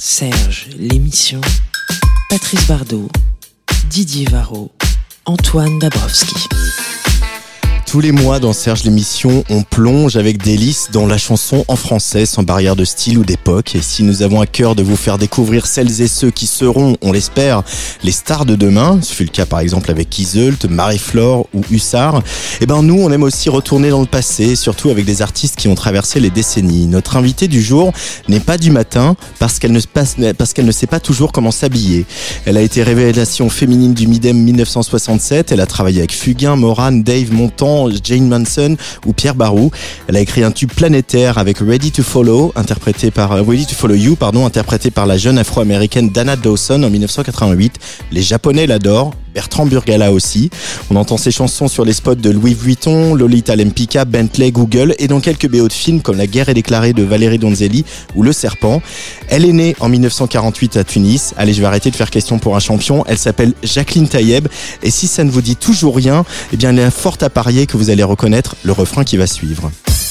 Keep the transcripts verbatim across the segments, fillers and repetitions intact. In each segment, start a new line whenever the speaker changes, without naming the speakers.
Serge, l'émission. Patrice Bardot, Didier Varro, Antoine Dabrowski.
Tous les mois dans Serge l'émission, on plonge avec délice dans la chanson en français sans barrière de style ou d'époque. Et si nous avons à cœur de vous faire découvrir celles et ceux qui seront, on l'espère, les stars de demain, ce fut le cas par exemple avec Yseult, Marie-Flore ou Hussard, eh ben nous on aime aussi retourner dans le passé, surtout avec des artistes qui ont traversé les décennies. Notre invitée du jour n'est pas du matin parce qu'elle ne, parce qu'elle ne sait pas toujours comment s'habiller. Elle a été révélation féminine du Midem dix-neuf cent soixante-sept, elle a travaillé avec Fugain, Morane, Dave Montand, Jane Manson ou Pierre Barou. Elle a écrit un tube planétaire avec Ready to Follow, interprété par Ready to Follow You, pardon, interprété par la jeune afro-américaine Dana Dawson en dix-neuf cent quatre-vingt-huit. Les Japonais l'adorent, Bertrand Burgala aussi. On entend ses chansons sur les spots de Louis Vuitton, Lolita Lempicka, Bentley, Google et dans quelques B O de films comme La guerre est déclarée de Valérie Donzelli ou Le Serpent. Elle est née en dix-neuf cent quarante-huit à Tunis. Allez, je vais arrêter de faire question pour un champion. Elle s'appelle Jacqueline Taïeb et si ça ne vous dit toujours rien, eh bien il est fort à parier que vous allez reconnaître le refrain qui va suivre.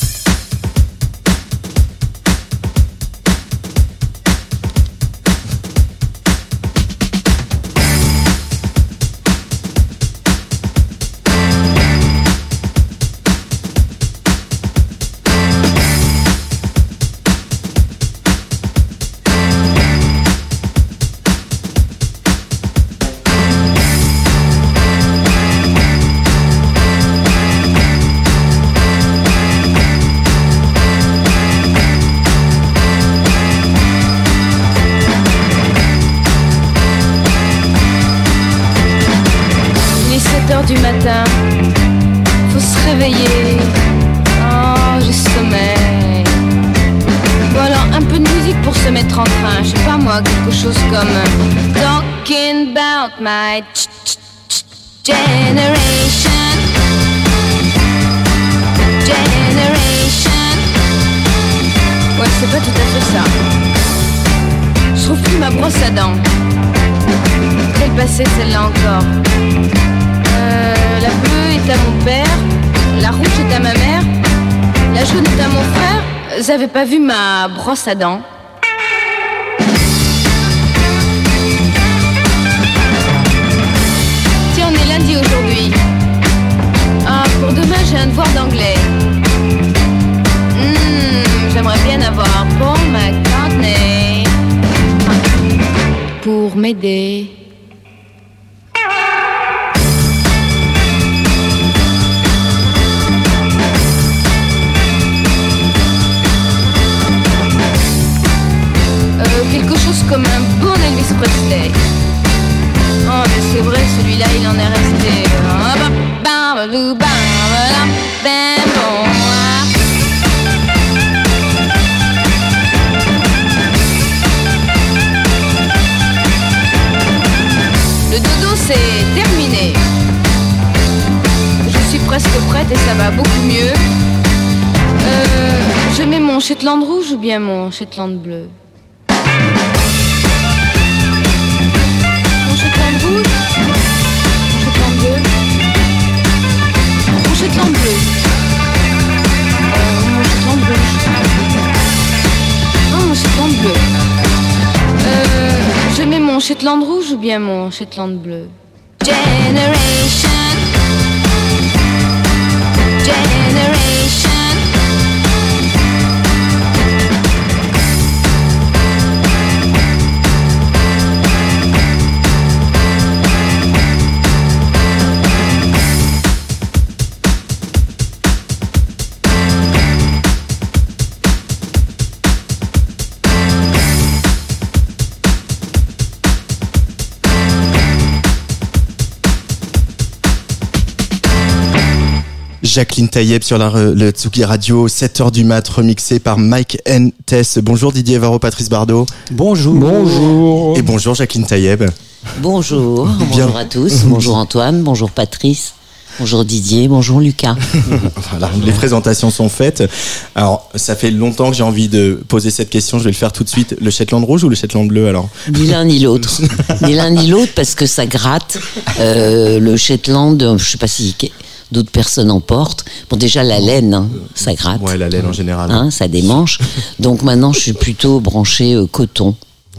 Du matin, faut se réveiller. Oh, j'ai sommeil. Voilà, un peu de musique pour se mettre en train. Je sais pas moi, quelque chose comme Talking about my generation. Generation. Ouais, c'est pas tout à fait ça. Je trouve plus ma brosse à dents. Quelle passée celle-là encore? Euh, la bleue est à mon père, la rouge est à ma mère, la jaune est à mon frère. Vous avez pas vu ma brosse à dents? Tiens, on est lundi aujourd'hui. Ah, pour demain j'ai un devoir d'anglais. Mmh, j'aimerais bien avoir Paul McCartney pour m'aider. Quelque chose comme un bon Elvis Presley. Oh mais c'est vrai, celui-là il en est resté. Le dodo c'est terminé. Je suis presque prête et ça va beaucoup mieux. Euh, je mets mon Shetland rouge ou bien mon Shetland bleu? Mon Shetland rouge, mon Shetland bleu, mon Shetland bleu, euh, mon Shetland bleu, non mon Shetland bleu. Euh, je mets mon Shetland rouge ou bien mon Shetland bleu? Generation, generation.
Jacqueline Taïeb sur la, le Tsugi Radio, sept heures du mat, remixé par Mike N. Tess. Bonjour Didier Varro, Patrice Bardot.
Bonjour. Bonjour.
Et bonjour Jacqueline Taïeb.
Bonjour.
Bien.
Bonjour à tous. Bonjour Antoine. Bonjour Patrice. Bonjour Didier. Bonjour Lucas.
Voilà, les présentations sont faites. Alors, ça fait longtemps que j'ai envie de poser cette question. Je vais le faire tout de suite. Le Shetland rouge ou le Shetland bleu alors?
Ni l'un ni l'autre. Ni l'un ni l'autre parce que ça gratte. Euh, le Shetland, je sais pas si d'autres personnes en portent. Bon, déjà la laine, hein, ça gratte.
Ouais, la laine en général.
Hein, ça démange. Donc maintenant, je suis plutôt branchée euh, coton.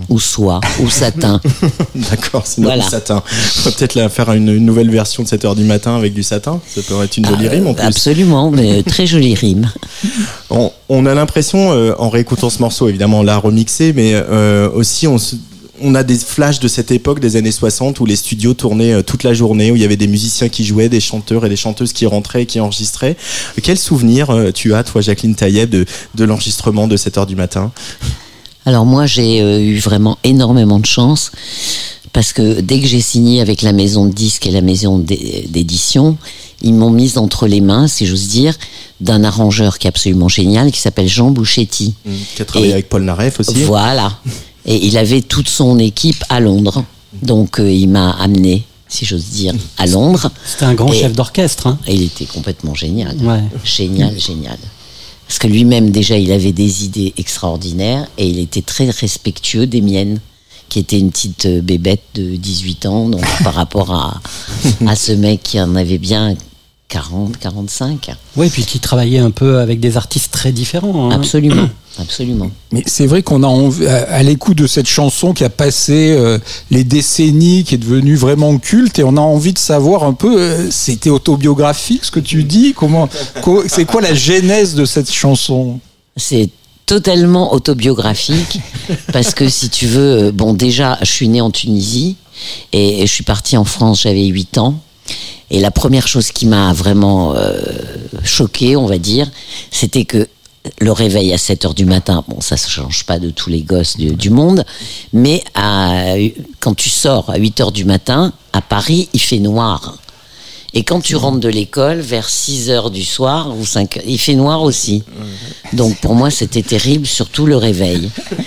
ou soie, ou satin.
D'accord, c'est notre
Voilà.
satin. On va peut-être la faire une, une nouvelle version de sept heures du matin avec du satin. Ça pourrait être une jolie
Ah,
rime en plus.
Absolument, mais très jolie rime.
On, on a l'impression, euh, en réécoutant ce morceau, évidemment, on l'a remixé, mais euh, aussi on se... On a des flashs de cette époque des années soixante où les studios tournaient euh, toute la journée, où il y avait des musiciens qui jouaient, des chanteurs et des chanteuses qui rentraient et qui enregistraient. Quel souvenir euh, tu as, toi, Jacqueline Taïeb, de, de l'enregistrement de sept heures du matin ?
Alors moi, j'ai euh, eu vraiment énormément de chance parce que dès que j'ai signé avec la maison de disques et la maison d'é- d'édition, ils m'ont mise entre les mains, si j'ose dire, d'un arrangeur qui est absolument génial, qui s'appelle Jean Bouchetti.
Mmh, qui a travaillé
Et
avec Paul Naref aussi.
Voilà. Et il avait toute son équipe à Londres. Donc euh, il m'a amené, si j'ose dire, à Londres.
C'était un grand
Et-
chef d'orchestre. Hein.
Et il était complètement génial.
Ouais.
Génial, génial. Parce que lui-même, déjà, il avait des idées extraordinaires et il était très respectueux des miennes, qui était une petite euh, bébête de dix-huit ans, donc par rapport à, à ce mec qui en avait bien quarante, quarante-cinq.
Ouais, puis qui travaillait un peu avec des artistes très différents. Hein.
Absolument, absolument.
Mais c'est vrai qu'on a envie, à, à l'écoute de cette chanson qui a passé euh, les décennies, qui est devenue vraiment culte, et on a envie de savoir un peu, euh, c'était autobiographique ce que tu dis, comment, co- c'est quoi la genèse de cette chanson ?
C'est totalement autobiographique parce que si tu veux, euh, bon déjà, je suis née en Tunisie et, et je suis partie en France, j'avais huit ans. Et la première chose qui m'a vraiment euh, choquée, on va dire, c'était que le réveil à sept heures du matin, bon, ça ne change pas de tous les gosses du, du monde, mais à, quand tu sors à huit heures du matin, à Paris, il fait noir. Et quand tu rentres de l'école, vers six heures du soir, ou cinq heures, il fait noir aussi. Donc pour moi, c'était terrible, surtout le réveil.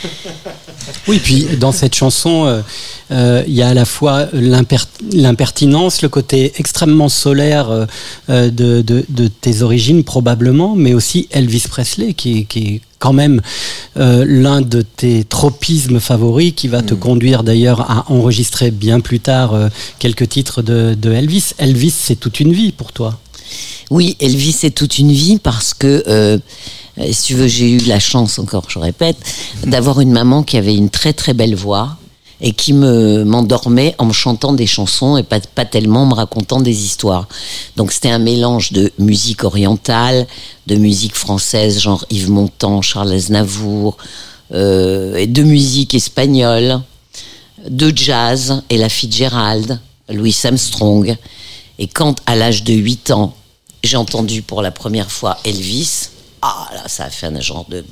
Oui, puis dans cette chanson, euh, euh, il y a à la fois l'imper- l'impertinence, le côté extrêmement solaire euh, euh, de, de, de tes origines probablement, mais aussi Elvis Presley, qui est, qui est quand même euh, l'un de tes tropismes favoris, qui va te conduire d'ailleurs à enregistrer bien plus tard euh, quelques titres de, de Elvis. Elvis, c'est toute une vie pour toi.
Oui, Elvis, c'est toute une vie parce que, euh, si tu veux, j'ai eu la chance, encore, je répète, d'avoir une maman qui avait une très très belle voix et qui me m'endormait en me chantant des chansons et pas, pas tellement en me racontant des histoires. Donc c'était un mélange de musique orientale, de musique française, genre Yves Montand, Charles Aznavour, euh, et de musique espagnole, de jazz, Ella Fitzgerald, Louis Armstrong. Et quand, à l'âge de huit ans, j'ai entendu pour la première fois Elvis, ah là, ça a fait un genre de...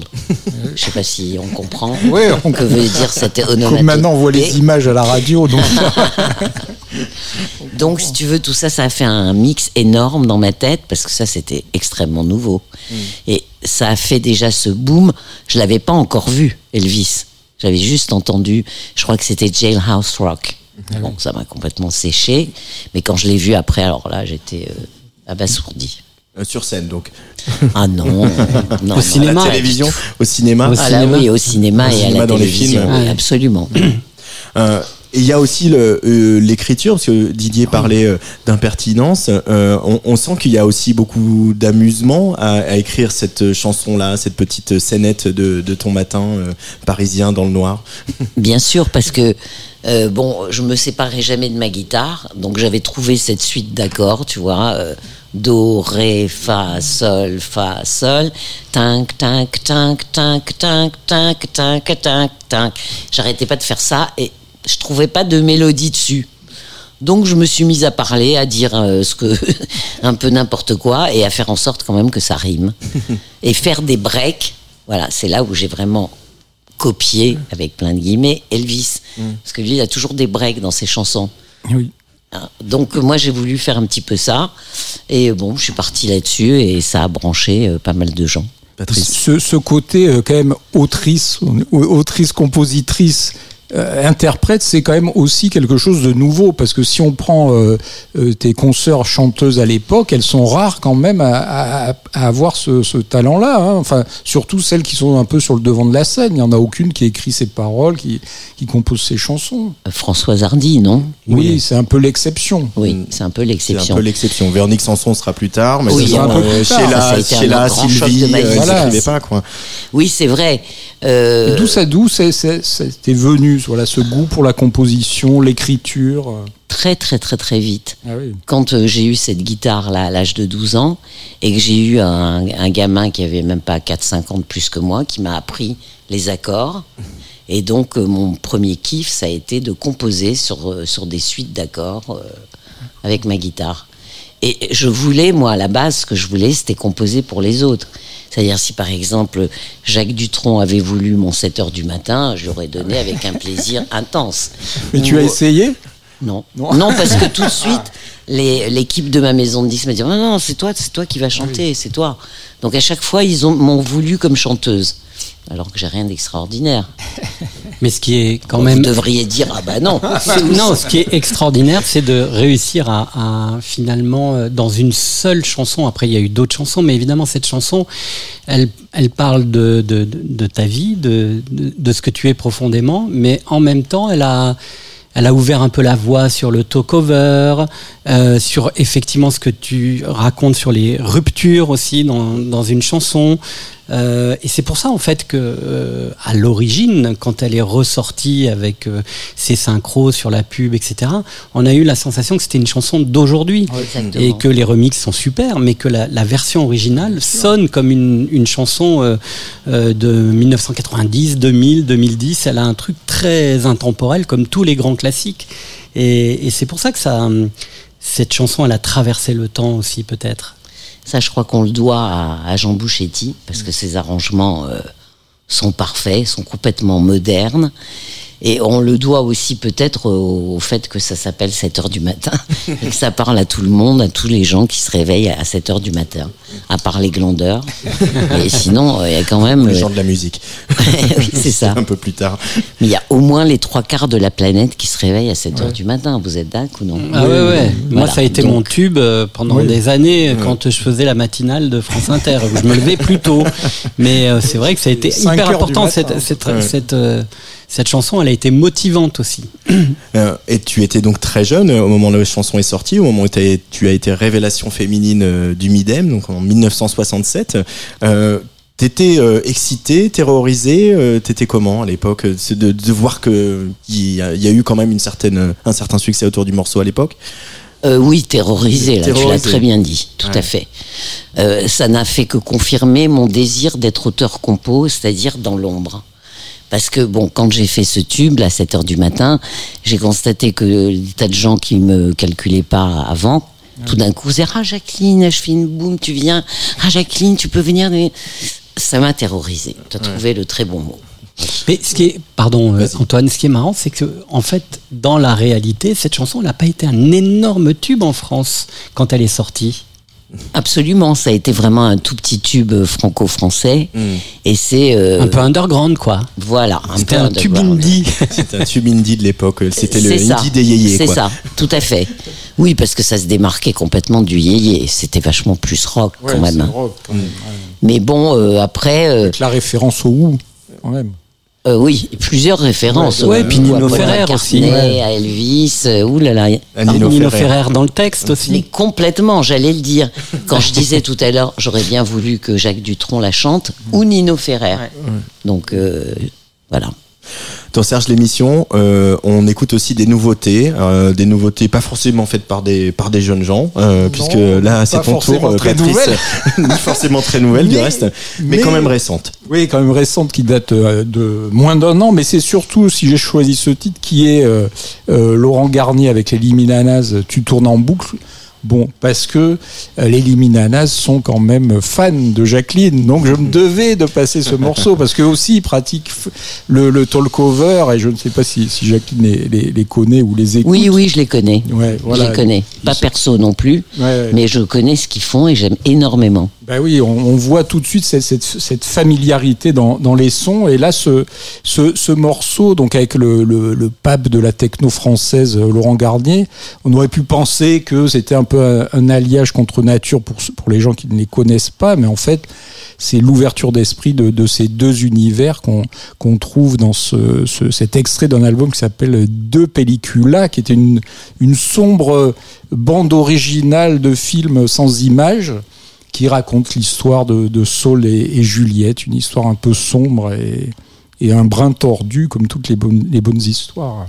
Je sais pas si on comprend
Ouais, on-
que veut dire cette
Comme
onomatopée.
maintenant on voit les images à la radio, donc
Donc, si tu veux, tout ça, ça a fait un mix énorme dans ma tête, parce que ça, c'était extrêmement nouveau. Mm. Et ça a fait déjà ce boom. Je l'avais pas encore vu, Elvis. J'avais juste entendu, je crois que c'était Jailhouse Rock. Mm. Bon, ça m'a complètement séché. Mais quand je l'ai vu après, alors là, j'étais euh, abasourdie.
Euh, sur scène, donc.
Ah non, non,
Au
non.
cinéma.
À la télévision, au cinéma.
Au
Ah là
cinéma.
oui, au cinéma
Au
et
cinéma,
à la
dans les
télévision,
films.
oui,
Ouais.
absolument.
Euh, et il y a aussi le, euh, l'écriture, parce que Didier parlait euh, d'impertinence. Euh, on, on sent qu'il y a aussi beaucoup d'amusement à, à écrire cette chanson-là, cette petite scénette de, de ton matin euh, parisien dans le noir.
Bien sûr, parce que euh, bon, je me séparais jamais de ma guitare, donc j'avais trouvé cette suite d'accords, tu vois, euh, do, ré, fa, sol, fa, sol, tinc, tinc, tinc, tinc, tinc, tinc, tinc, tinc, tinc. J'arrêtais pas de faire ça et je trouvais pas de mélodie dessus. Donc je me suis mise à parler, à dire euh, ce que un peu n'importe quoi et à faire en sorte quand même que ça rime et faire des breaks. Voilà, c'est là où j'ai vraiment copié, avec plein de guillemets, Elvis. Mm. Parce que lui, il a toujours des breaks dans ses chansons.
oui.
Donc moi, j'ai voulu faire un petit peu ça. Et bon, je suis partie là-dessus et ça a branché euh, pas mal de gens.
Patrice.
Ce, ce côté euh, quand même autrice, autrice, compositrice, euh, interprète, c'est quand même aussi quelque chose de nouveau, parce que si on prend euh, euh, tes consoeurs chanteuses à l'époque, elles sont rares quand même à, à, à avoir ce, ce talent-là. Hein. Enfin, surtout celles qui sont un peu sur le devant de la scène. Il n'y en a aucune qui écrit ses paroles, qui, qui compose ses chansons.
Françoise Hardy, non?
Oui, oui, c'est un peu l'exception.
Oui, c'est un peu l'exception.
C'est un peu l'exception. Véronique Sanson sera plus tard, mais
oui,
c'est un peu plus tard. Sheila, Sheila, Sylvie, euh, ils
voilà.
n'écrivaient pas, quoi.
Oui, c'est vrai. Euh...
D'où ça, d'où c'est, c'est, c'était venu, voilà, ce goût pour la composition, l'écriture.
Très, très, très, très vite.
Ah oui.
Quand euh, j'ai eu cette guitare-là à l'âge de douze ans, et que j'ai eu un, un gamin qui avait même pas quatre cinq ans de plus que moi, qui m'a appris les accords. Et donc, euh, mon premier kiff, ça a été de composer sur, euh, sur des suites d'accords euh, avec ma guitare. Et je voulais, moi, à la base, ce que je voulais, c'était composer pour les autres. C'est-à-dire, si par exemple, Jacques Dutronc avait voulu mon sept heures du matin, je l'aurais donné avec un plaisir intense.
Mais tu as essayé ?
Non. non. Non, parce que tout de suite, les, l'équipe de ma maison de disques m'a dit « Non, non, c'est toi, c'est toi qui vas chanter, c'est toi. » Donc à chaque fois, ils ont, m'ont voulu comme chanteuse. Alors que j'ai rien d'extraordinaire.
Mais ce qui est quand
Vous
même...
Vous devriez dire, ah bah non.
Non, ce qui est extraordinaire, c'est de réussir à, à finalement, dans une seule chanson, après il y a eu d'autres chansons, mais évidemment cette chanson, elle, elle parle de, de, de ta vie, de, de, de ce que tu es profondément, mais en même temps, elle a... Elle a ouvert un peu la voie sur le talk-over, euh, sur effectivement ce que tu racontes sur les ruptures aussi dans, dans une chanson. Euh, et c'est pour ça en fait que euh, à l'origine, quand elle est ressortie avec euh, ses synchros sur la pub, et cetera, on a eu la sensation que c'était une chanson d'aujourd'hui.
Exactement.
Et que les remixes sont super, mais que la, la version originale sonne comme une, une chanson euh, euh, de dix-neuf cent quatre-vingt-dix, deux mille, deux mille dix. Elle a un truc très intemporel comme tous les grands classiques. Et, et c'est pour ça que ça, cette chanson, elle a traversé le temps aussi peut-être.
Ça, je crois qu'on le doit à, à Jean Bouchetti, parce que ses arrangements euh, sont parfaits, sont complètement modernes. Et on le doit aussi peut-être au, au fait que ça s'appelle sept heures du matin, et que ça parle à tout le monde, à tous les gens qui se réveillent à sept heures du matin, à part les glandeurs. Et sinon, il y a quand même...
Les gens de la musique.
Oui, c'est ça.
Un peu plus tard.
Mais il y a au moins les trois quarts de la planète qui se réveillent à sept heures ouais. du matin. Vous êtes d'accord ou non?
Ah ouais, ouais. Voilà. Moi, ça a été donc... mon tube euh, pendant oui. des années, oui. quand je faisais la matinale de France Inter, où je me levais plus tôt. Mais euh, c'est vrai que ça a été hyper important, cette, cette, ouais. cette, euh, cette chanson, elle a été motivante aussi.
Euh, et tu étais donc très jeune au moment où la chanson est sortie, au moment où tu as été révélation féminine euh, du Midem, donc en dix-neuf cent soixante-sept. Euh, T'étais euh, excité, terrorisé, euh, t'étais comment à l'époque de, de, de voir que il y, y a eu quand même une certaine, un certain succès autour du morceau à l'époque.
Euh, oui, terrorisé, là,
terrorisé.
Tu l'as très bien dit, tout ouais. à fait. Euh, ça n'a fait que confirmer mon désir d'être auteur-compo, c'est-à-dire dans l'ombre. Parce que, bon, quand j'ai fait ce tube, à sept heures du matin, j'ai constaté que des tas de gens qui me calculaient pas avant, tout d'un coup, disaient « Ah, Jacqueline, je fais une boum, tu viens. Ah, Jacqueline, tu peux venir. » Ça m'a terrorisé. Tu as ouais. trouvé le très bon mot.
Mais ce qui est, pardon euh, Antoine, ce qui est marrant, c'est que en fait, dans la réalité, cette chanson n'a pas été un énorme tube en France quand elle est sortie.
Absolument, ça a été vraiment un tout petit tube franco-français, mmh. et c'est euh,
un peu underground, quoi.
Voilà, un
c'était
peu
un tube indie.
C'était un tube indie de l'époque. C'était
c'est
le
ça.
indie des yéyés.
C'est
quoi.
ça, tout à fait. Oui, parce que ça se démarquait complètement du yéyé. C'était vachement plus rock
ouais,
quand même.
Rock, quand même. Ouais.
Mais bon, euh, après. Euh,
Avec la référence au Who, quand même.
Euh, oui, plusieurs références.
Ouais, ouais, puis Nino Ferrer aussi.
Ouais. À Elvis, euh, oulala.
À Nino, Nino Ferrer. Ferrer dans le texte aussi.
Mais complètement, j'allais le dire. Quand je disais tout à l'heure, j'aurais bien voulu que Jacques Dutronc la chante, ou Nino Ferrer. Ouais. Donc, euh, voilà.
Dans Serge l'émission, euh, on écoute aussi des nouveautés, euh, des nouveautés pas forcément faites par des par des jeunes gens, euh, non, puisque là c'est ton tour, euh, Patrice, ni forcément très nouvelle du reste, mais, mais quand même récente.
Oui, quand même récente, qui date de moins d'un an, mais c'est surtout, si j'ai choisi ce titre, qui est euh, euh, Laurent Garnier avec les Liminanas, Tu tournes en boucle. Bon, parce que euh, les Liminanas sont quand même fans de Jacqueline, donc je me devais de passer ce morceau, parce que aussi ils pratiquent le, le talk-over, et je ne sais pas si, si Jacqueline les, les, les connaît ou les écoute.
Oui, oui, je les connais.
Ouais, voilà.
Je les connais. Pas perso non plus, ouais, ouais. mais je connais ce qu'ils font et j'aime énormément.
Ben oui, on, on voit tout de suite cette, cette, cette familiarité dans, dans les sons. Et là, ce, ce, ce morceau, donc avec le, le, le pape de la techno française, Laurent Garnier, on aurait pu penser que c'était un peu un, un alliage contre nature pour, pour les gens qui ne les connaissent pas, mais en fait, c'est l'ouverture d'esprit de, de ces deux univers qu'on, qu'on trouve dans ce, ce, cet extrait d'un album qui s'appelle De Pellicula, qui était une, une sombre bande originale de film sans images, qui raconte l'histoire de, de Saul et, et Juliette, une histoire un peu sombre et, et un brin tordu, comme toutes les bonnes, les bonnes histoires.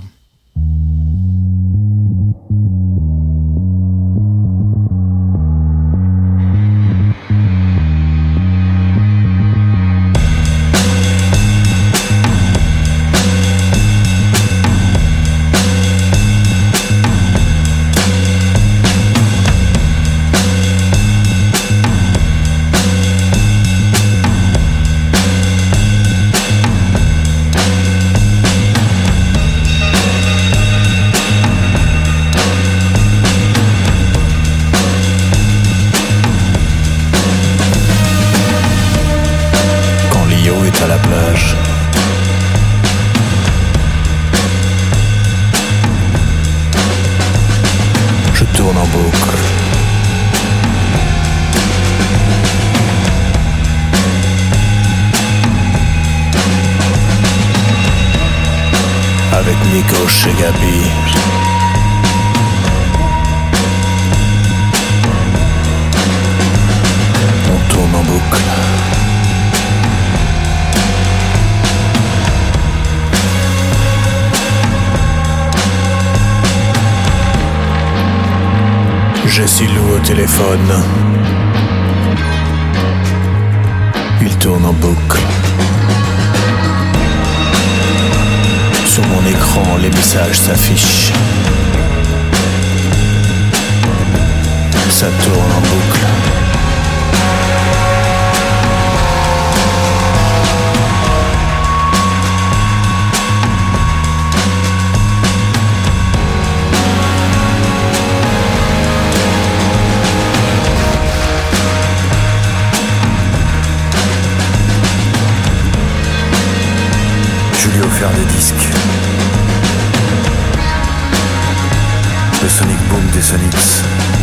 Nico chez Gabi. On tourne en boucle. J'ai Silou au téléphone. Il tourne en boucle. Sur mon écran, les messages s'affichent. Ça tourne en boucle. Je lui ai offert des disques. Le Sonic Boom des Sonics.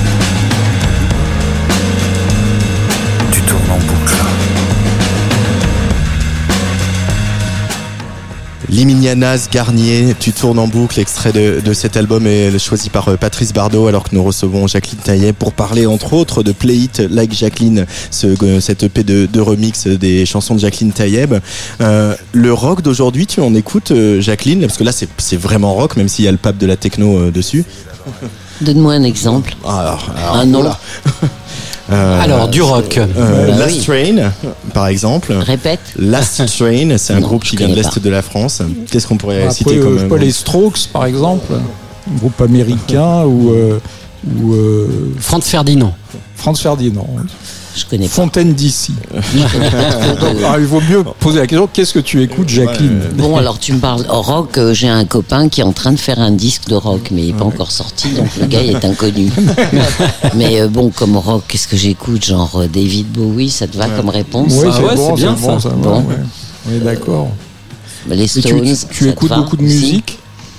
Tu tournes en boucle.
Liminianas, Garnier, tu tournes en boucle, extrait de, de cet album est choisi par Patrice Bardot, alors que nous recevons Jacqueline Taïeb pour parler entre autres de Play It Like Jacqueline, ce, cette E P de, de remix des chansons de Jacqueline Taïeb. Euh, le rock d'aujourd'hui, tu en écoutes, Jacqueline? Parce que là c'est, c'est vraiment rock, même s'il y a le pape de la techno euh, dessus.
Donne-moi un exemple.
Alors, alors,
un nom.
Voilà. Euh,
Alors, du rock.
Euh,
bah
Last
oui.
Train, par exemple.
Répète.
Last Train, c'est un
Non,
groupe
je
qui vient de
connais
l'Est
pas.
de la France. Qu'est-ce qu'on pourrait
Après,
citer
euh,
comme
je sais pas,
groupe
les Strokes, par exemple, un groupe américain ou, euh, ou euh,
Franz Ferdinand.
Franz Ferdinand,
Je connais pas.
Fontaine D C. Donc, ah, il vaut mieux poser la question, qu'est-ce que tu écoutes, Jacqueline?
Bon, alors tu me parles rock, euh, j'ai un copain qui est en train de faire un disque de rock, mais il n'est pas encore sorti, donc le gars il est inconnu. Mais euh, bon, comme rock, qu'est-ce que j'écoute? Genre euh, David Bowie, ça te va comme réponse?
Oui,
Ah
c'est
ouais,
bon,
c'est bien,
bon,
ça.
va,
Bon.
ouais. On est d'accord.
Les
Et tu,
Stones,
tu,
ça
tu
te
écoutes
va
beaucoup de
aussi?
musique?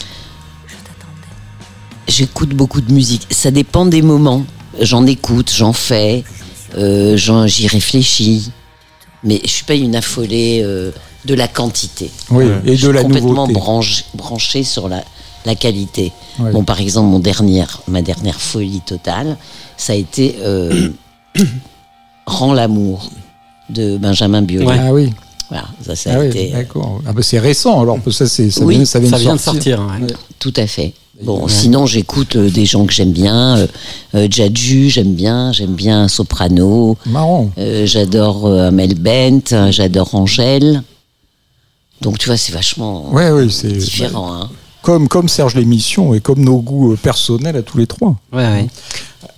J'écoute beaucoup de musique. Ça dépend des moments. J'en écoute, j'en fais, euh, j'en, j'y réfléchis. Mais je suis pas une affolée euh, de la quantité.
Oui,
Ouais.
et
Je
de
suis
la
complètement
nouveauté.
branché, branché sur la, la qualité.
Ouais.
Bon, par exemple, mon dernière, ma dernière folie totale, ça a été euh, Rends l'amour de Benjamin Biolay.
Ouais.
Ah oui,
Voilà, ça, ça
ah
a
oui
été euh,
d'accord. Ah bah c'est récent alors, parce que ça, c'est, ça,
Oui,
vient, ça vient
Ça
de
vient de
sortir.
sortir. ouais.
tout à fait. Bon,
Ouais.
sinon j'écoute euh, des gens que j'aime bien, euh, euh, Jadju, j'aime bien, j'aime bien Soprano,
Marrant.
euh, j'adore euh, Amel Bent, euh, j'adore Angèle. Donc tu vois, c'est vachement
Ouais, oui, c'est
différent. Hein.
comme, comme Serge l'émission et comme nos goûts euh, personnels à tous les trois.
Ouais, ouais.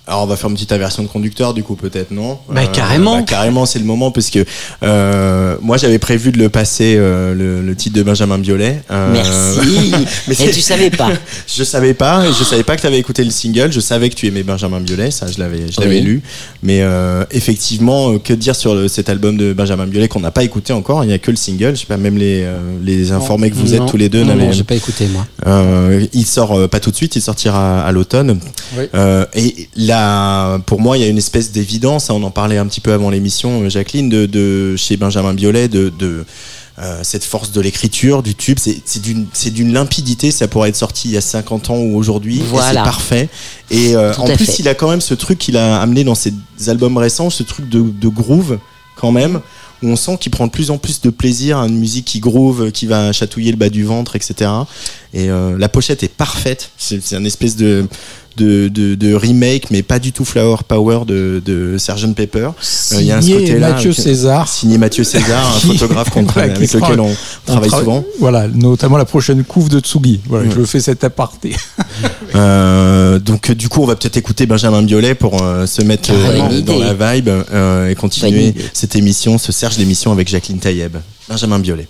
Alors on va faire une petite aversion de conducteur du coup peut-être non
bah, euh, carrément
bah, carrément c'est le moment parce que euh, moi j'avais prévu de le passer euh, le, le titre de Benjamin Biolay euh,
merci mais et tu savais pas
je savais pas je savais pas que tu avais écouté le single, je savais que tu aimais Benjamin Biolay, ça je l'avais je l'avais oui. lu mais euh, effectivement que dire sur le, cet album de Benjamin Biolay qu'on n'a pas écouté encore, il n'y a que le single, je sais pas même les, euh, les informés que vous
non,
êtes tous les deux
non, non j'ai pas écouté moi
euh, il sort euh, pas tout de suite, il sortira à, à l'automne oui. euh, et là pour moi, il y a une espèce d'évidence, hein, on en parlait un petit peu avant l'émission, Jacqueline, de, de chez Benjamin Biolay, de, de euh, cette force de l'écriture, du tube, c'est, c'est, d'une, c'est d'une limpidité, ça pourrait être sorti il y a cinquante ans ou aujourd'hui, voilà. Et c'est parfait. Et euh, en plus, fait. il a quand même ce truc qu'il a amené dans ses albums récents, ce truc de, de groove quand même, où on sent qu'il prend de plus en plus de plaisir à une musique qui groove, qui va chatouiller le bas du ventre, et cetera. Et euh, la pochette est parfaite, c'est, c'est une espèce de... De, de, de remake, mais pas du tout Flower Power de, de sergent Pepper.
Signé euh, y a un ce côté-là, Mathieu avec, César.
Signé Mathieu César, un photographe qu'on voilà, avec lequel on, on travaille tra- souvent.
Voilà, notamment la prochaine couve de Tsugi. Voilà, ouais. Je fais cet aparté.
euh, donc du coup, on va peut-être écouter Benjamin Biolay pour euh, se mettre euh, dans la vibe euh, et continuer cette émission, ce Serge l'émission avec Jacqueline Taïeb. Benjamin Biolay.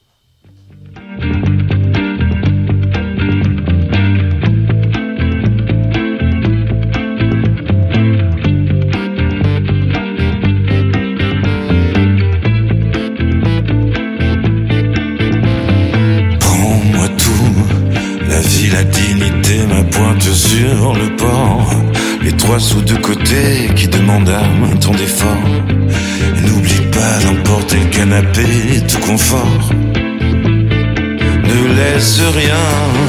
La dignité, ma pointe sur le port. Les trois sous de côté qui demandent un temps d'effort. Et n'oublie pas d'emporter le canapé, tout confort. Ne laisse rien.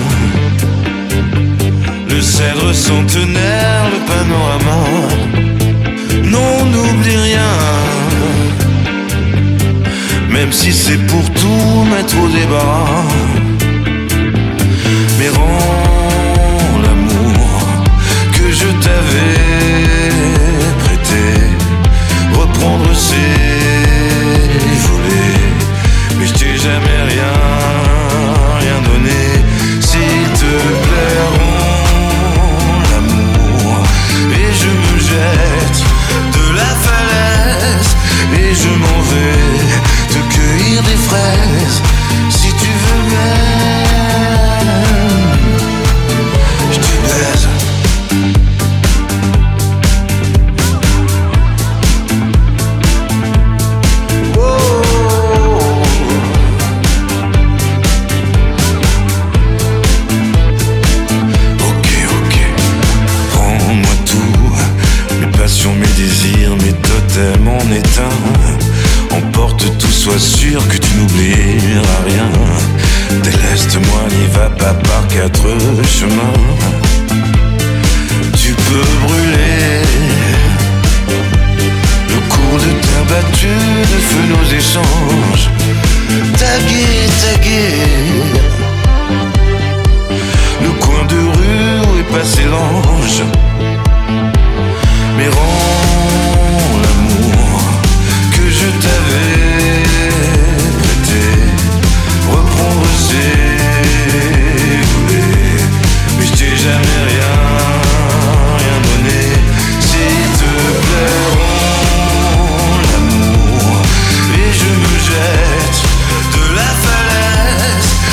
Le cèdre centenaire, le panorama. Non, n'oublie rien. Même si c'est pour tout mettre au débat. Mais rends l'amour que je t'avais prêté, reprendre ses volets. Mais je t'ai jamais rien, rien donné. S'il te plaît, rends l'amour. Et je me jette de la falaise. Et je m'en vais te cueillir des fraises. Si tu veux bien. Mes désirs, mes totems en éteint. Emporte tout, sois sûr que tu n'oublieras rien. Déleste-moi, n'y va pas par quatre chemins. Tu peux brûler le cours de terre battue, de feu nos échanges. Taguer, taguer le coin de rue où est passé l'ange. Mais rends l'amour que je t'avais prêté, reprendre ses volets. Mais je t'ai jamais rien, rien donné. S'il te plaît, rends l'amour. Et je me jette de la falaise.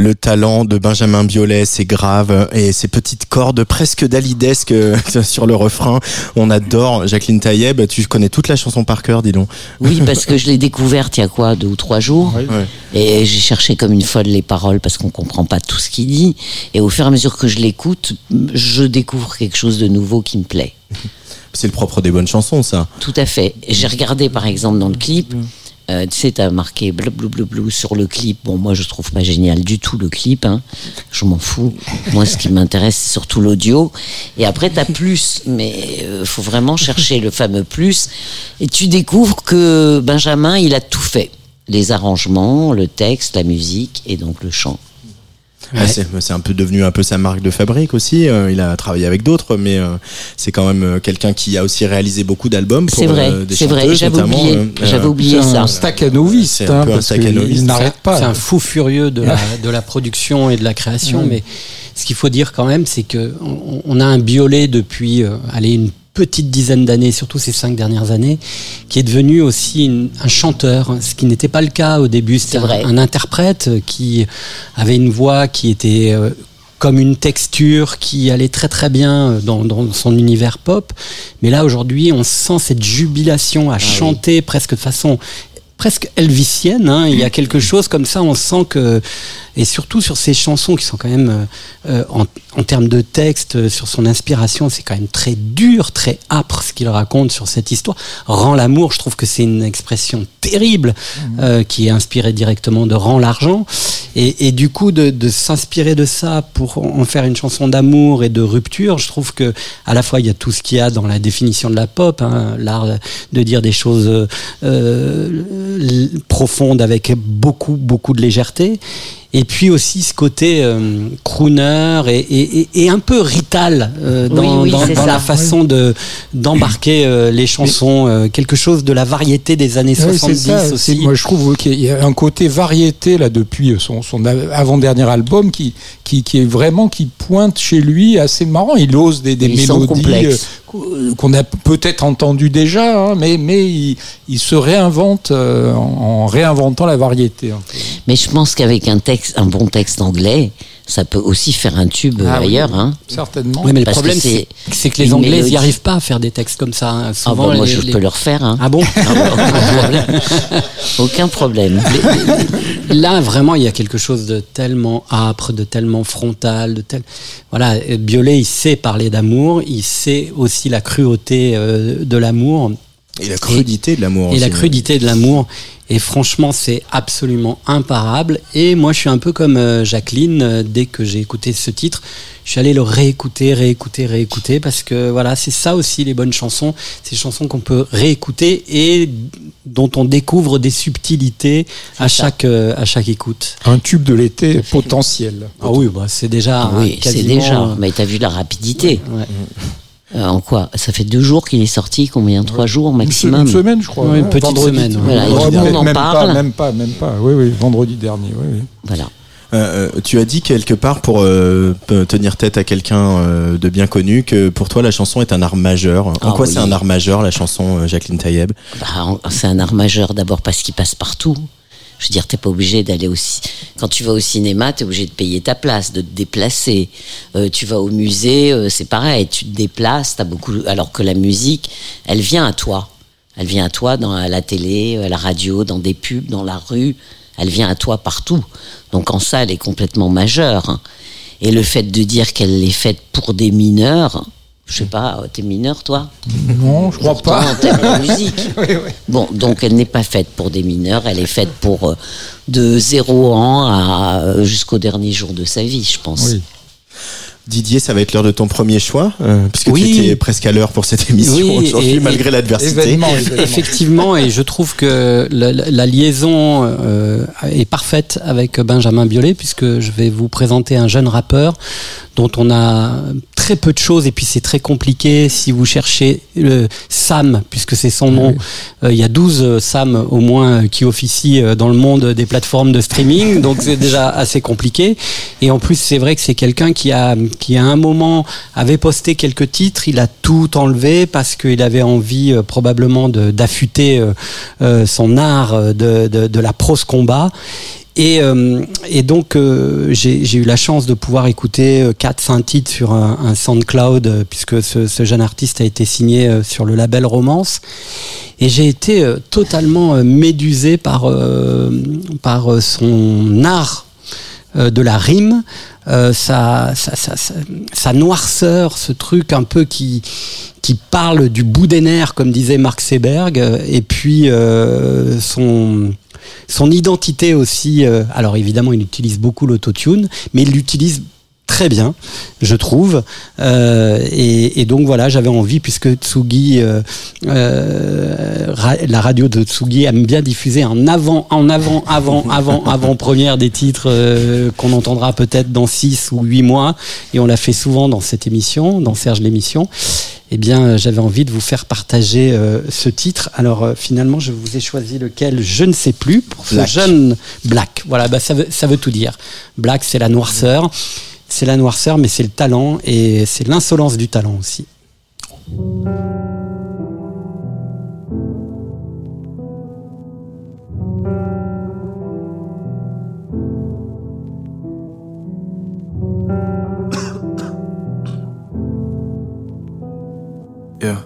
le talent de Benjamin Biolay, c'est grave, et ces petites cordes presque dalidesques sur le refrain, on adore. Jacqueline Taïeb, tu connais toute la chanson par cœur, dis donc.
Oui, parce que je l'ai découverte il y a quoi, deux ou trois jours,
Ouais.
et j'ai cherché comme une folle les paroles parce qu'on comprend pas tout ce qu'il dit, et au fur et à mesure que je l'écoute, je découvre quelque chose de nouveau qui me plaît.
C'est le propre des bonnes chansons, ça.
Tout à fait. J'ai regardé par exemple dans le clip, euh, tu sais, t'as marqué blablabla sur le clip. Bon, moi je trouve pas génial du tout le clip, hein. Je m'en fous. Moi ce qui m'intéresse c'est surtout l'audio. Et après t'as plus, mais euh, faut vraiment chercher le fameux plus. Et tu découvres que Benjamin il a tout fait. Les arrangements, le texte, la musique et donc le chant.
Ouais. Ah, c'est, c'est un peu devenu un peu sa marque de fabrique aussi. Euh, il a travaillé avec d'autres, mais euh, c'est quand même euh, quelqu'un qui a aussi réalisé beaucoup d'albums. Pour,
c'est vrai,
euh, des
c'est vrai. J'avais
notamment,
oublié,
euh,
j'avais oublié
c'est
ça.
un staccanoviste,
C'est un
hein,
peu un
parce
staccanoviste.
qu'il n'arrête pas.
C'est un fou furieux de la, de la production et de la création,
Mmh.
mais ce qu'il faut dire quand même, c'est que on, on a un Biolay depuis, euh, allez, une petite dizaine d'années, surtout ces cinq dernières années, qui est devenu aussi une, un chanteur, ce qui n'était pas le cas au début. C'était un, un interprète qui avait une voix qui était euh, comme une texture, qui allait très très bien dans, dans son univers pop. Mais là, aujourd'hui, on sent cette jubilation à ah chanter oui. presque de façon presque elvisienne, hein. Il y a quelque chose comme ça, on sent que, et surtout sur ces chansons qui sont quand même euh, en, en termes de texte, euh, sur son inspiration, c'est quand même très dur, très âpre ce qu'il raconte sur cette histoire. Rends l'amour, je trouve que c'est une expression terrible euh, qui est inspirée directement de Rends l'argent, et, et du coup de, de s'inspirer de ça pour en faire une chanson d'amour et de rupture, je trouve que à la fois il y a tout ce qu'il y a dans la définition de la pop, hein, l'art de dire des choses euh, profonde avec beaucoup beaucoup de légèreté, et puis aussi ce côté euh, crooner et, et, et un peu rital euh, dans, oui, oui, dans, dans la façon oui. de d'embarquer euh, les chansons, euh, quelque chose de la variété des années oui, soixante-dix
c'est ça,
aussi.
C'est, moi je trouve qu'il y a un côté variété là depuis son, son avant-dernier album qui, qui, qui est vraiment, qui pointe chez lui assez marrant. Il ose des, des mélodies euh, qu'on a peut-être entendues déjà, hein, mais, mais il, il se réinvente euh, en, en réinventant la variété. Un peu.
Mais je pense qu'avec un texte, un bon texte anglais, ça peut aussi faire un tube ah, ailleurs.
Oui,
hein.
Certainement.
Oui, mais le problème, c'est, c'est que les Anglais n'y arrivent pas à faire des textes comme ça. Hein.
Souvent, ah bah, moi, les, je les... peux leur faire. Hein.
Ah bon
Aucun problème.
Les, les, là, vraiment, il y a quelque chose de tellement âpre, de tellement frontal, de tel. Voilà, Biolay, il sait parler d'amour, il sait aussi la cruauté euh, de l'amour.
Et la crudité
et,
de l'amour.
Et
aussi,
la crudité ouais. de l'amour. Et franchement, c'est absolument imparable. Et moi, je suis un peu comme euh, Jacqueline. Euh, dès que j'ai écouté ce titre, je suis allé le réécouter, réécouter, réécouter. Parce que voilà, c'est ça aussi les bonnes chansons. Ces chansons qu'on peut réécouter et dont on découvre des subtilités à chaque, euh, à chaque écoute.
Un tube de l'été potentiel.
Ah oui, bah, c'est déjà.
Oui, quasiment... c'est déjà. Mais t'as vu la rapidité. Ouais. Ouais. Euh, en quoi ? Ça fait deux jours qu'il est sorti, combien ? Trois ouais. jours maximum ?
Une semaine, je crois.
Ouais, une petite
vendredi,
semaine. Ouais.
Voilà,
ouais,
tout le monde en
même
parle.
Pas, même pas, même pas. Oui, oui, vendredi dernier. Oui, oui.
Voilà.
Euh, tu as dit quelque part, pour euh, tenir tête à quelqu'un euh, de bien connu, que pour toi la chanson est un art majeur. En ah, quoi oui. c'est un art majeur, la chanson euh, Jacqueline Taïeb ?
Bah, c'est un art majeur d'abord parce qu'il passe partout. Je veux dire, t'es pas obligé d'aller aussi. Quand tu vas au cinéma, t'es obligé de payer ta place, de te déplacer. Euh, tu vas au musée, euh, c'est pareil, tu te déplaces, t'as beaucoup. Alors que la musique, elle vient à toi. Elle vient à toi dans à la télé, à la radio, dans des pubs, dans la rue. Elle vient à toi partout. Donc en ça, elle est complètement majeure. Hein. Et le fait de dire qu'elle est faite pour des mineurs. Je sais pas, t'es mineur toi ?
Non, je crois
Pourtant,
pas.
En termes de musique.
oui, oui.
Bon, donc elle n'est pas faite pour des mineurs, elle est faite pour euh, de zéro an à euh, jusqu'au dernier jour de sa vie, je pense.
Oui.
Didier, ça va être l'heure de ton premier choix, euh, puisque
oui.
tu étais presque à l'heure pour cette émission
oui,
aujourd'hui, et, malgré
et,
l'adversité.
Événement, événement.
Effectivement, et je trouve que la, la liaison euh, est parfaite avec Benjamin Biolay, puisque je vais vous présenter un jeune rappeur dont on a très peu de choses, et puis c'est très compliqué si vous cherchez le Sam, puisque c'est son nom. Oui. Euh, il y a douze Sam au moins qui officient dans le monde des plateformes de streaming, donc c'est déjà assez compliqué. Et en plus, c'est vrai que c'est quelqu'un qui a qui à un moment avait posté quelques titres, il a tout enlevé parce qu'il avait envie euh, probablement de, d'affûter euh, euh, son art de, de, de la prose combat. Et, euh, et donc euh, j'ai, j'ai eu la chance de pouvoir écouter quatre cinq titres sur un, un SoundCloud, euh, puisque ce, ce jeune artiste a été signé euh, sur le label Romance. Et j'ai été euh, totalement euh, médusé par, euh, par euh, son art euh, de la rime, euh, sa, sa, sa, sa, sa noirceur, ce truc un peu qui, qui parle du bout des nerfs, comme disait Mark Seberg, et puis euh, son... Son identité aussi, euh, alors évidemment il utilise beaucoup l'autotune, mais il l'utilise très bien, je trouve. Euh, et, et donc voilà, j'avais envie, puisque Tsugi, euh, euh, ra- la radio de Tsugi aime bien diffuser en avant, en avant, avant, avant, avant première des titres euh, qu'on entendra peut-être dans six ou huit mois, et on l'a fait souvent dans cette émission, dans Serge l'émission. Eh bien, j'avais envie de vous faire partager euh, ce titre. Alors, euh, finalement, je vous ai choisi lequel, je ne sais plus, pour
Black.
ce jeune Black. Voilà, bah, ça veut, ça veut tout dire. Black, c'est la noirceur. C'est la noirceur, mais c'est le talent, et c'est l'insolence du talent aussi.
Yeah.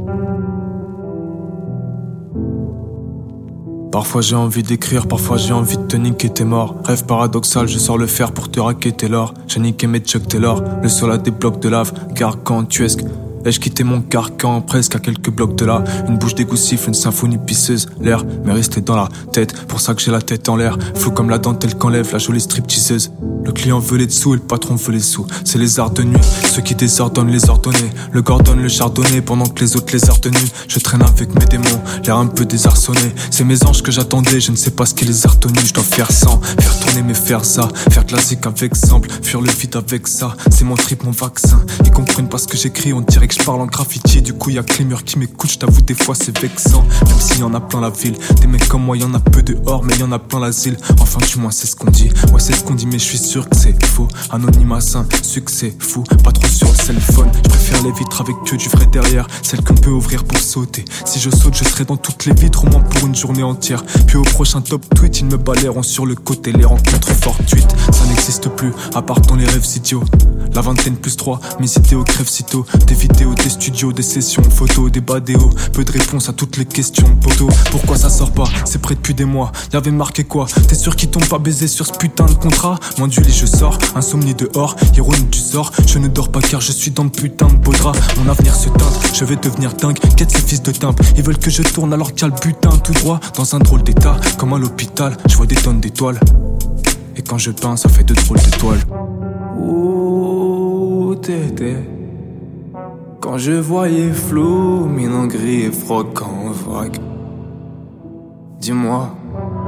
Parfois j'ai envie d'écrire, parfois j'ai envie de te niquer tes morts. Rêve paradoxal, je sors le fer pour te raqueter l'or. J'ai niqué mes Chuck Taylor, le sol a des blocs de lave, gargantuesque. Ai-je quitté mon carcan presque à quelques blocs de là? Une bouche d'égout siffle, une symphonie pisseuse. L'air m'est resté dans la tête, pour ça que j'ai la tête en l'air. Flou comme la dentelle qu'enlève la jolie stripteaseuse. Le client veut les dessous et le patron veut les sous. C'est les arts de nuit, ceux qui désordonnent les ordonnés. Le Gordon, le chardonnay, pendant que les autres les arts de nuit. Je traîne avec mes démons, l'air un peu désarçonné. C'est mes anges que j'attendais, je ne sais pas ce qui les a retenus. Je dois faire sans, faire tourner mais faire ça. Faire de la zik avec simple, fuir le vide avec ça. C'est mon trip, mon vaccin. Ils comprennent pas ce que j'écris, on dirait que je parle en graffiti. Du coup y'a que les murs qui m'écoutent, je t'avoue des fois c'est vexant. Même s'il y en a plein la ville, des mecs comme moi y en a peu dehors, mais y en a plein l'asile. Enfin du moins c'est ce qu'on dit, ouais c'est ce qu'on dit, mais je suis sûr que c'est faux. Anonymat sain, succès fou, pas trop sur le cell phone. Je préfère les vitres avec que du vrai derrière, celles qu'on peut ouvrir pour sauter. Si je saute je serai dans toutes les vitres au moins pour une journée entière. Puis au prochain top tweet ils me balayeront sur le côté. Les rencontres fortuites, ça n'existe plus, à part dans les rêves idiots. La vingtaine plus trois, mes idéaux crèvent sitôt. Des vidéos, des studios, des sessions, photos, des badéos. Peu de réponses à toutes les questions, poteau. Pourquoi ça sort pas? C'est prêt depuis des mois. Y'avait marqué quoi? T'es sûr qu'ils t'ont pas baisé sur ce putain de contrat? Loin du lit je sors, insomnie dehors, ironie du sort. Je ne dors pas car je suis dans le putain de beau drap. Mon avenir se teinte, je vais devenir dingue. Quête ces fils de timbre, ils veulent que je tourne alors qu'il y a le butin tout droit. Dans un drôle d'état, comme à l'hôpital, je vois des tonnes d'étoiles. Et quand je peins ça fait de drôles d'étoiles. Où t'étais quand je voyais flou, mine gris et froquant vague? Dis-moi,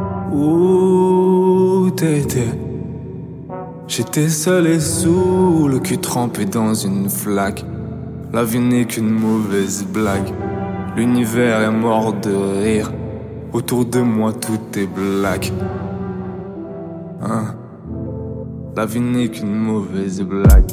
où t'étais? J'étais seul et sous, le cul trempé dans une flaque. La vie n'est qu'une mauvaise blague. L'univers est mort de rire. Autour de moi tout est black. Hein? La vie n'est qu'une mauvaise blague.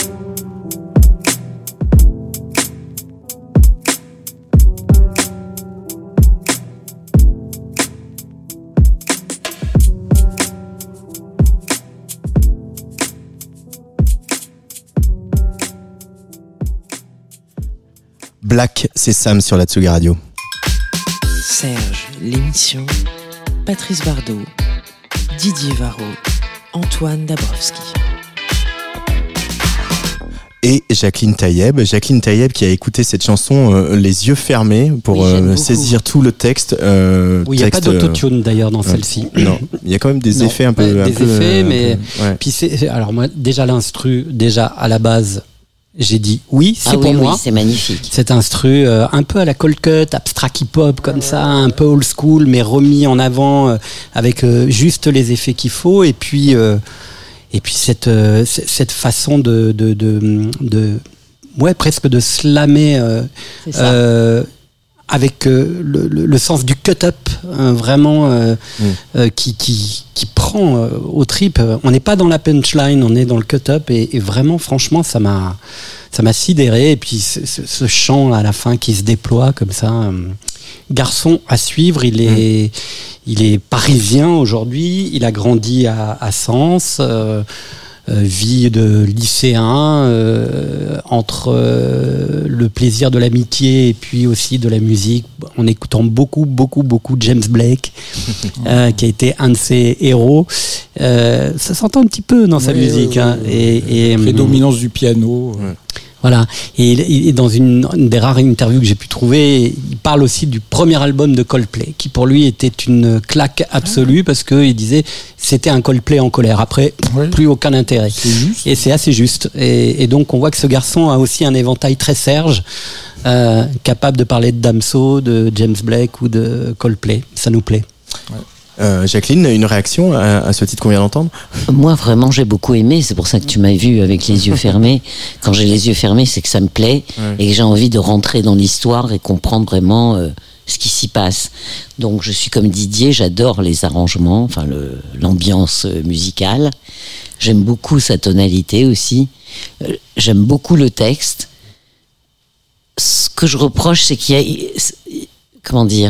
Black, c'est Sam sur la Tsugi Radio.
Serge, l'émission. Patrice Bardot, Didier Varro, Antoine Dabrowski.
Et Jacqueline Taïeb. Jacqueline Taïeb qui a écouté cette chanson euh, les yeux fermés pour
oui,
euh, saisir tout le texte. Euh,
Oui, il n'y a pas
texte,
d'autotune d'ailleurs dans
euh,
celle-ci.
Non, il y a quand même des
Non,
effets un peu.
ouais,
un
des
peu,
effets,
euh,
mais
peu, ouais.
puis c'est alors moi déjà l'instru, déjà à la base, j'ai dit oui, c'est
ah
pour
oui,
moi.
Oui, c'est magnifique.
Cet instru euh, un peu à la cold cut, abstract hip-hop comme ça, un peu old school, mais remis en avant euh, avec euh, juste les effets qu'il faut, et puis euh, et puis cette euh, cette façon de de de, de ouais presque de slammer euh, euh, avec euh, le, le, le sens du cut-up hein, vraiment euh, mm. euh, qui, qui, qui prend euh, aux tripes. On n'est pas dans la punchline, on est dans le cut-up et, et vraiment franchement ça m'a ça m'a sidéré. Et puis ce, ce, ce chant à la fin qui se déploie comme ça, euh, garçon à suivre. Il est, mmh. il est parisien aujourd'hui. Il a grandi à, à Sens. Euh, Euh, vie de lycéen euh, entre euh, le plaisir de l'amitié et puis aussi de la musique, en écoutant beaucoup beaucoup beaucoup James Blake euh, qui a été un de ses héros. Euh, ça s'entend un petit peu dans sa oui, musique, oui, hein, oui, et, et
prédominance du piano.
Ouais. Voilà. Et, et dans une, une des rares interviews que j'ai pu trouver, il parle aussi du premier album de Coldplay, qui pour lui était une claque absolue, parce que il disait c'était un Coldplay en colère. Après, oui. plus aucun intérêt.
C'est juste.
Et c'est assez juste. Et, et donc on voit que ce garçon a aussi un éventail très Serge, euh, capable de parler de Damso, de James Blake ou de Coldplay. Ça nous plaît.
Ouais. Euh, Jacqueline, une réaction à, à ce titre qu'on vient d'entendre ?
Moi, vraiment, j'ai beaucoup aimé. C'est pour ça que tu m'as vu avec les yeux fermés. Quand j'ai les yeux fermés, c'est que ça me plaît ouais. et que j'ai envie de rentrer dans l'histoire et comprendre vraiment euh, ce qui s'y passe. Donc, je suis comme Didier, j'adore les arrangements, enfin le, l'ambiance musicale. J'aime beaucoup sa tonalité aussi. Euh, j'aime beaucoup le texte. Ce que je reproche, c'est qu'il y a... Comment dire ?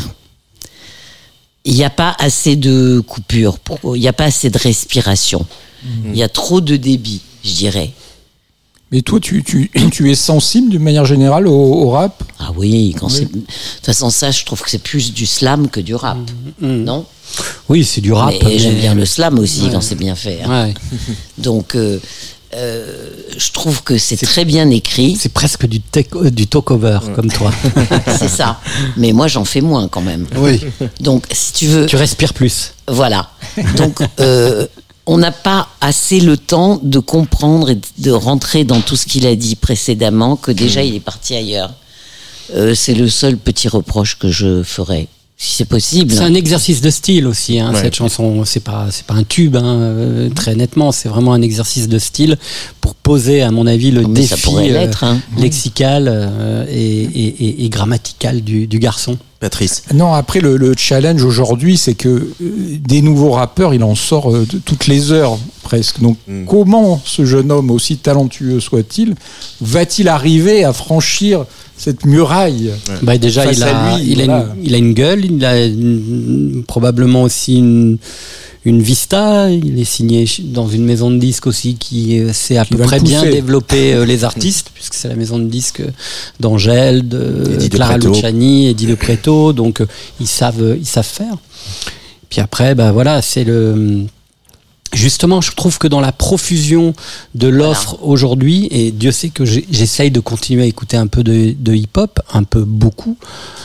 Il n'y a pas assez de coupures, il n'y a pas assez de respiration. Mmh. Il y a trop de débit, je dirais.
Mais toi, tu, tu, tu es sensible d'une manière générale au, au rap ?
Ah oui, quand oui. c'est... de toute façon, ça, je trouve que c'est plus du slam que du rap, mmh. non ?
Oui, c'est du rap.
Mais, mais... j'aime bien le slam aussi, ouais. quand c'est bien fait. Hein.
Ouais.
Donc... Euh, Euh, je trouve que c'est, c'est très bien écrit.
C'est presque du, take, du talk-over, ouais. comme toi.
C'est ça. Mais moi, j'en fais moins quand même.
Oui.
Donc, si tu veux...
Tu respires plus.
Voilà. Donc, euh, on n'a pas assez le temps de comprendre et de rentrer dans tout ce qu'il a dit précédemment, que déjà, mmh. il est parti ailleurs. Euh, c'est le seul petit reproche que je ferais. Si c'est possible.
C'est un exercice de style aussi, hein, ouais. cette chanson. C'est pas, c'est pas un tube, hein, euh, très nettement. C'est vraiment un exercice de style pour poser, à mon avis, le
Mais
défi
ça pourrait
euh,
l'être, hein.
lexical euh, et, et, et, et grammatical du, du garçon.
Patrice.
Non, après le, le challenge aujourd'hui, c'est que euh, des nouveaux rappeurs, il en sort euh, de, toutes les heures presque. Donc, mm. comment ce jeune homme, aussi talentueux soit-il, va-t-il arriver à franchir cette muraille?
Ouais. Bah déjà, il a, lui, il, voilà. a une, il a une gueule, il a une, probablement aussi une, une vista. Il est signé dans une maison de disques aussi qui sait à qui peu près bien développer les artistes, puisque c'est la maison de disques d'Angèle, de Eddie Clara de Luciani, Eddie de Pretto. Donc ils savent, ils savent faire. Puis après, bah voilà, c'est le. Justement, je trouve que dans la profusion de l'offre voilà. aujourd'hui, et Dieu sait que j'essaye de continuer à écouter un peu de, de hip-hop, un peu beaucoup,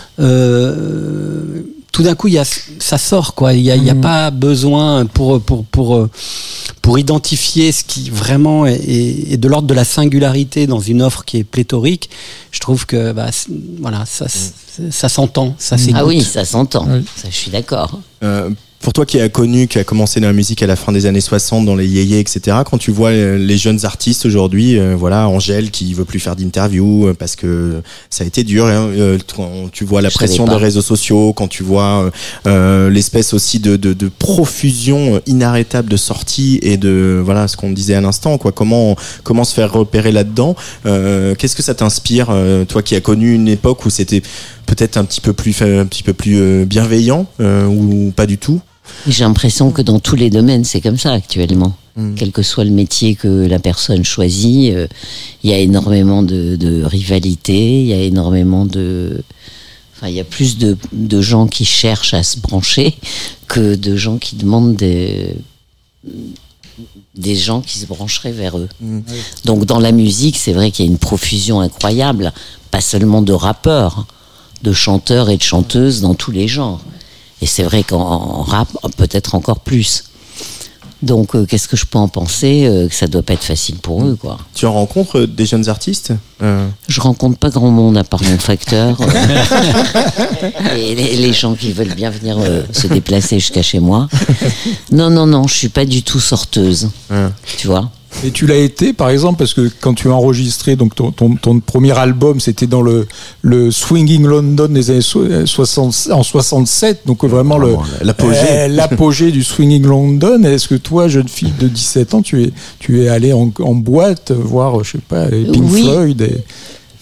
euh, tout d'un coup, il y a, ça sort, quoi. Il n'y a, mmh. a pas besoin pour, pour, pour, pour identifier ce qui vraiment est, est de l'ordre de la singularité dans une offre qui est pléthorique. Je trouve que bah, voilà, ça, mmh. ça s'entend, ça s'écoute.
Ah oui, ça s'entend, oui. Ça, je suis d'accord.
Euh, Pour toi qui as connu, qui a commencé dans la musique à la fin des années soixante, dans les yéyés, et cetera, quand tu vois les jeunes artistes aujourd'hui, euh, voilà, Angèle qui veut plus faire d'interview euh, parce que ça a été dur, hein, euh, quand tu vois la Je pression des réseaux sociaux, quand tu vois euh, l'espèce aussi de, de, de profusion inarrêtable de sorties et de, voilà, ce qu'on disait à l'instant, quoi, comment, comment se faire repérer là-dedans, euh, qu'est-ce que ça t'inspire, euh, toi qui as connu une époque où c'était peut-être un petit peu plus, un petit peu plus bienveillant, euh, ou pas du tout?
J'ai l'impression que dans tous les domaines, c'est comme ça actuellement. Mmh. Quel que soit le métier que la personne choisit, il euh, y a énormément de, de rivalité, il y a énormément de... Enfin, il y a plus de, de gens qui cherchent à se brancher que de gens qui demandent des, des gens qui se brancheraient vers eux. Mmh. Donc dans la musique, c'est vrai qu'il y a une profusion incroyable, pas seulement de rappeurs, de chanteurs et de chanteuses dans tous les genres. Et c'est vrai qu'en rap, peut-être encore plus. Donc, euh, qu'est-ce que je peux en penser euh, que ça doit pas être facile pour eux, quoi.
Tu en rencontres des jeunes artistes euh...
Je rencontre pas grand monde à part mon facteur. Euh, et les, les gens qui veulent bien venir euh, se déplacer jusqu'à chez moi. Non, non, non, je suis pas du tout sorteuse. Ouais. Tu vois.
Et tu l'as été, par exemple, parce que quand tu as enregistré donc ton, ton, ton premier album, c'était dans le, le Swinging London des années soixante, en soixante-sept, donc vraiment oh, le, l'apogée. Euh, l'apogée du Swinging London. Est-ce que toi, jeune fille de dix-sept ans, tu es, tu es allée en, en boîte voir, je sais pas, Pink
oui.
Floyd et...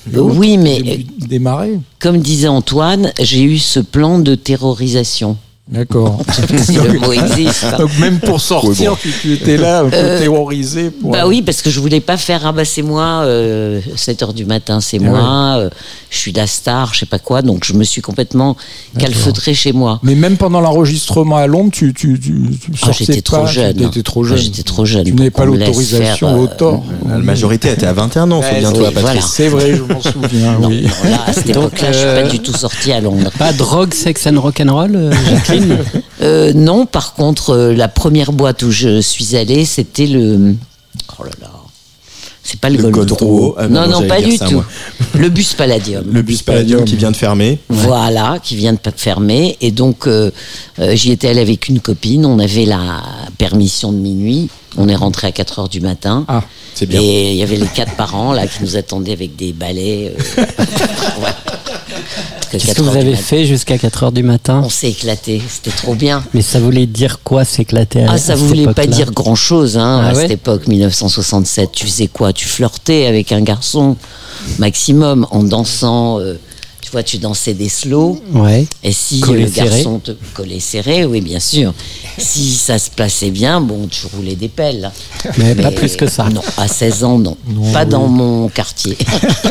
Le autre,
oui, mais
début- démarrer.
comme disait Antoine, j'ai eu ce plan de terrorisation.
D'accord.
Si le mot existe.
Donc même pour sortir, tu, tu étais là un peu
Euh,
terrorisé. Pour...
Bah oui, parce que je voulais pas faire ah bah c'est moi, euh, sept heures du matin c'est moi, euh, je suis la star, je sais pas quoi, donc je me suis complètement calfeutrée chez moi.
Mais même pendant l'enregistrement à Londres, tu, tu, tu, tu
Ah,
sortais
j'étais
pas.
trop jeune.
Tu étais trop
Ah,
jeune.
j'étais trop jeune
Tu
pour
n'avais pas
qu'on me laisse
l'autorisation
faire,
au
euh,
tort.
La majorité était à vingt et un ans,
Ouais,
souviens-toi,
oui,
Patrice.
voilà.
C'est vrai, je m'en souviens.
Non,
oui.
non, là, à cette époque-là, je suis
euh,
pas du tout sortie à Londres.
Pas drogue, sexe and rock'n'roll, euh, Jacqueline.
Euh, non, par contre, euh, la première boîte où je suis allée, c'était le. Oh là là. C'est pas le,
Le
Goldro.
Goldro. Ah non,
non,
non,
non,
j'allais
pas
dire
du
ça,
tout.
moi.
Le bus Palladium.
Le bus Palladium qui vient de fermer.
Voilà, qui vient de fermer. Et donc, euh, euh, j'y étais allée avec une copine. On avait la permission de minuit. On est rentré à quatre heures du matin.
Ah,
c'est bien.
Et il y avait les quatre parents là qui nous attendaient avec des balais. euh, ouais. Parce
Qu'est-ce
quatre
que vous
heures du
avez
matin,
fait jusqu'à quatre heures du matin?
On s'est éclaté. C'était trop bien.
Mais ça voulait dire quoi, s'éclater à
Ah, ça
à cette
voulait pas
époque-là
dire grand-chose hein,
Ah
à
ouais
cette époque, mille neuf cent soixante-sept. Tu faisais quoi? Tu flirtais avec un garçon, maximum, en dansant. euh, tu vois, tu dansais des slows.
Ouais.
Et si
Collé
le
serré.
garçon te collait serré, oui, bien sûr. Si ça se plaçait bien, bon, tu roulais des pelles.
Mais pas plus que ça.
Non, à seize ans, non. pas dans mon quartier.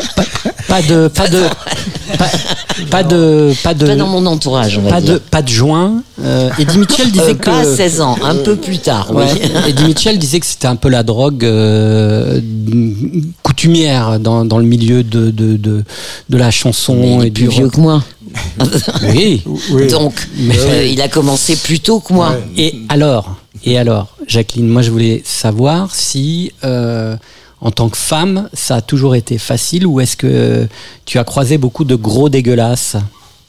Pas de, pas de, pas, pas de, pas de,
Pas dans mon entourage, on va
pas
dire.
de, pas de joint. Euh, Eddie Mitchell disait
Euh,
que.
pas à seize ans, un peu plus tard, oui.
Ouais. Eddie Mitchell disait que c'était un peu la drogue euh, coutumière dans, dans le milieu de, de, de, de la chanson
Mais il est
et
plus
du
vieux
rock.
que moi.
Oui.
oui.
Donc, euh, il a commencé plus tôt que moi.
Et alors, et alors, Jacqueline, moi je voulais savoir si, euh, en tant que femme, ça a toujours été facile ou est-ce que tu as croisé beaucoup de gros dégueulasses?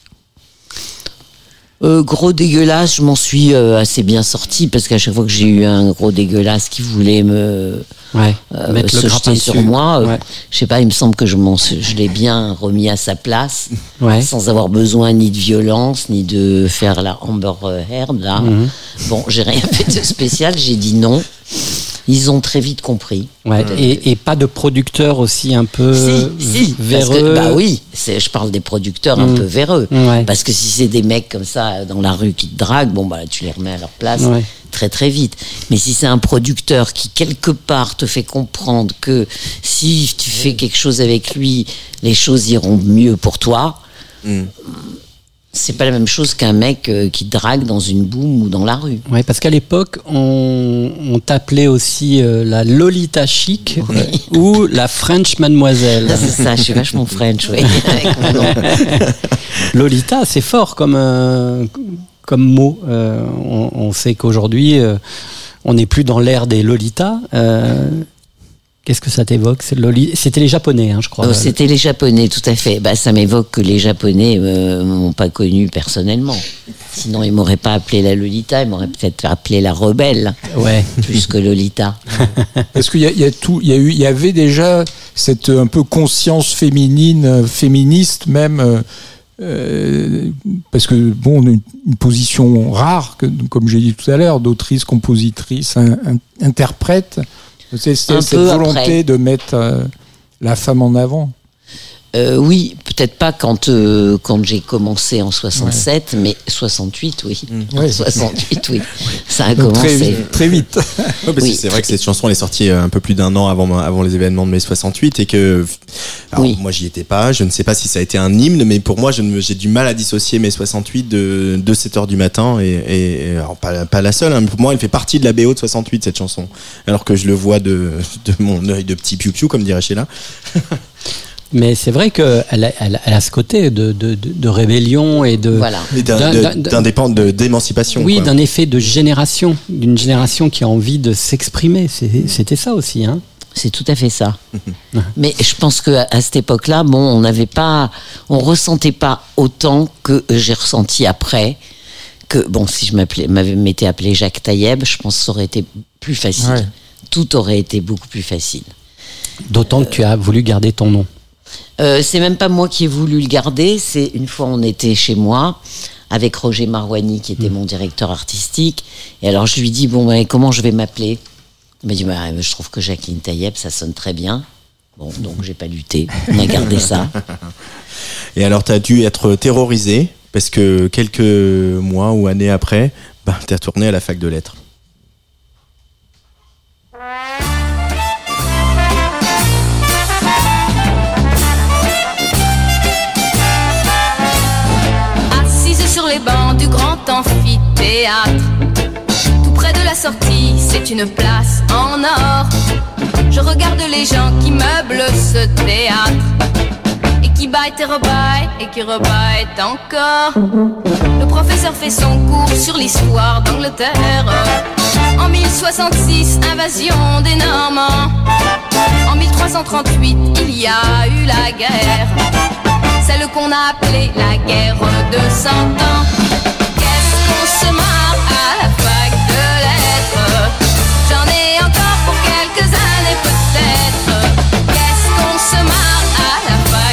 Euh, gros dégueulasse, je m'en suis euh, assez bien sorti parce qu'à chaque fois que j'ai eu un gros dégueulasse qui voulait me
Ouais.
euh,
Mettre le
se
grappin
jeter sur
dessus.
moi, euh,
Ouais.
je sais pas, il me semble que je, m'en, je l'ai bien remis à sa place,
Ouais.
sans avoir besoin ni de violence, ni de faire la Amber Heard, là.
Mhm.
Bon, j'ai rien fait de spécial, j'ai dit non. Ils ont très vite compris.
Ouais. Et, et pas de producteur aussi un peu
Si, si, parce
véreux.
que, bah oui, c'est, je parle des producteurs un
Mm.
peu véreux.
Ouais.
Parce que si c'est des mecs comme ça dans la rue qui te draguent, bon bah tu les remets à leur place
Ouais.
très très vite. Mais si c'est un producteur qui quelque part te fait comprendre que si tu fais quelque chose avec lui, les choses iront mieux pour toi.
Mm.
C'est pas la même chose qu'un mec euh, qui te drague dans une boum ou dans la rue.
Ouais, parce qu'à l'époque, on, on t'appelait aussi euh, la Lolita chic ou la French mademoiselle.
Là, c'est ça, je suis vachement French, oui. avec mon nom.
Lolita, c'est fort comme, euh, comme mot. Euh, on, on sait qu'aujourd'hui, euh, on n'est plus dans l'ère des Lolitas. Euh, Qu'est-ce que ça t'évoque? C'est Loli- C'était les Japonais, hein, je crois.
Oh, c'était les Japonais, tout à fait. Bah, ça m'évoque que les Japonais euh, m'ont pas connu personnellement. Sinon, ils m'auraient pas appelé la Lolita, ils m'auraient peut-être appelé la rebelle,
Ouais.
plus que Lolita.
Parce qu'il y a, il y a tout, il y a eu, il y avait déjà cette euh, un peu conscience féminine, euh, féministe même, euh, euh, parce que bon, on a une, une position rare, que, comme j'ai dit tout à l'heure, d'autrice, compositrice, un, un- interprète. C'est c'est
Un
cette
peu
volonté
après.
de mettre euh, la femme en avant.
Euh, oui, peut-être pas quand euh, quand j'ai commencé en soixante-sept, mais soixante-huit, oui.
Ouais.
soixante-huit, oui. Ça a
Donc, très,
commencé.
vite- très vite.
Ouais, parce
Oui.
que c'est vrai que cette chanson elle est sortie euh, un peu plus d'un an avant, avant les événements de mai soixante-huit et que alors,
Oui.
moi j'y étais pas, je ne sais pas si ça a été un hymne, mais pour moi je ne me- j'ai du mal à dissocier mai soixante-huit de, de sept heures du matin et, et, et alors, pas, pas la seule, hein, mais pour moi elle fait partie de la B O de soixante-huit cette chanson, alors que je le vois de, de mon œil de petit piou-piou comme dirait Sheila.
Mais c'est vrai qu'elle a, elle, elle a ce côté de, de, de, de rébellion et de.
Voilà.
Et d'un-
D'un-
de-
d'un-
d'indépend- de- d'émancipation.
Oui,
quoi.
d'un effet de génération, d'une génération qui a envie de s'exprimer. C'est- C'était ça aussi, hein.
C'est tout à fait ça. Mais je pense que à cette époque-là, bon, on n'avait pas, on ressentait pas autant que j'ai ressenti après. Que bon, si je m'appelais, m'avais m'étais appelé Jacques Taïeb, je pense que ça aurait été plus facile.
Ouais.
Tout aurait été beaucoup plus facile.
D'autant que tu as voulu garder ton nom.
Euh, c'est même pas moi qui ai voulu le garder. C'est une fois on était chez moi avec Roger Marouani qui était mon directeur artistique. Et alors je lui dis bon ben, comment je vais m'appeler? Il m'a dit bah, je trouve que Jacqueline Taïeb ça sonne très bien. Bon, donc j'ai pas lutté. On a gardé ça.
Et alors, tu as dû être terrorisé parce que quelques mois ou années après, bah, tu es retourné à la fac de lettres.
Assise sur les bancs du grand amphithéâtre, tout près de la sortie, c'est une place en or. Je regarde les gens qui meublent ce théâtre et qui baillent et rebaillent et qui rebaillent encore. Le professeur fait son cours sur l'histoire d'Angleterre. En mille soixante-six, invasion des Normands. En mille trois cent trente-huit, il y a eu la guerre, celle qu'on a appelée la guerre de cent ans. Qu'est-ce qu'on se marre à la fac de lettres? J'en ai encore pour quelques années peut-être. Qu'est-ce qu'on se marre à la fac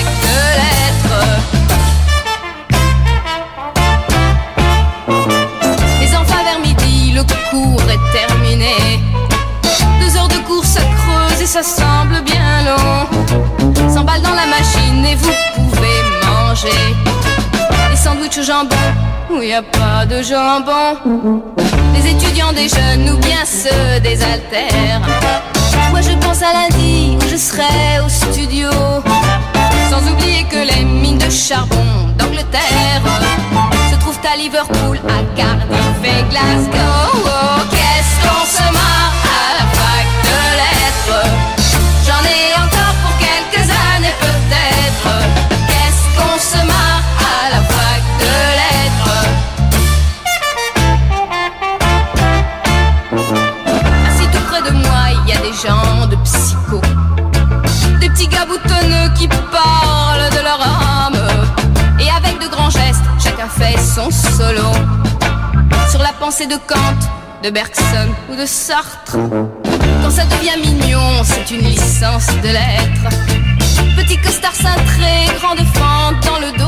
de lettres? Les enfants vers midi, le cours est terminé. Deux heures de course creuse et ça semble bien long. cent balles dans la machine et vous pouvez manger des sandwichs au jambon où il n'y a pas de jambon. Les étudiants des jeunes ou bien ceux des haltères. Moi je pense à lundi où je serai au studio, sans oublier que les mines de charbon d'Angleterre se trouvent à Liverpool, à Cardiff et Glasgow. Oh, qu'est-ce qu'on se marre à la fac de lettres? J'en ai encore pour quelques années peut-être. Qu'est-ce qu'on se marre à la fac de lettres? Assis tout près de moi, il y a des gens de psycho, des petits gars boutonneux qui parlent de leur âme. Et avec de grands gestes, chacun fait son solo sur la pensée de Kant, de Bergson ou de Sartre. Quand ça devient mignon, c'est une licence de lettres. Petit costard cintré, grande fente dans le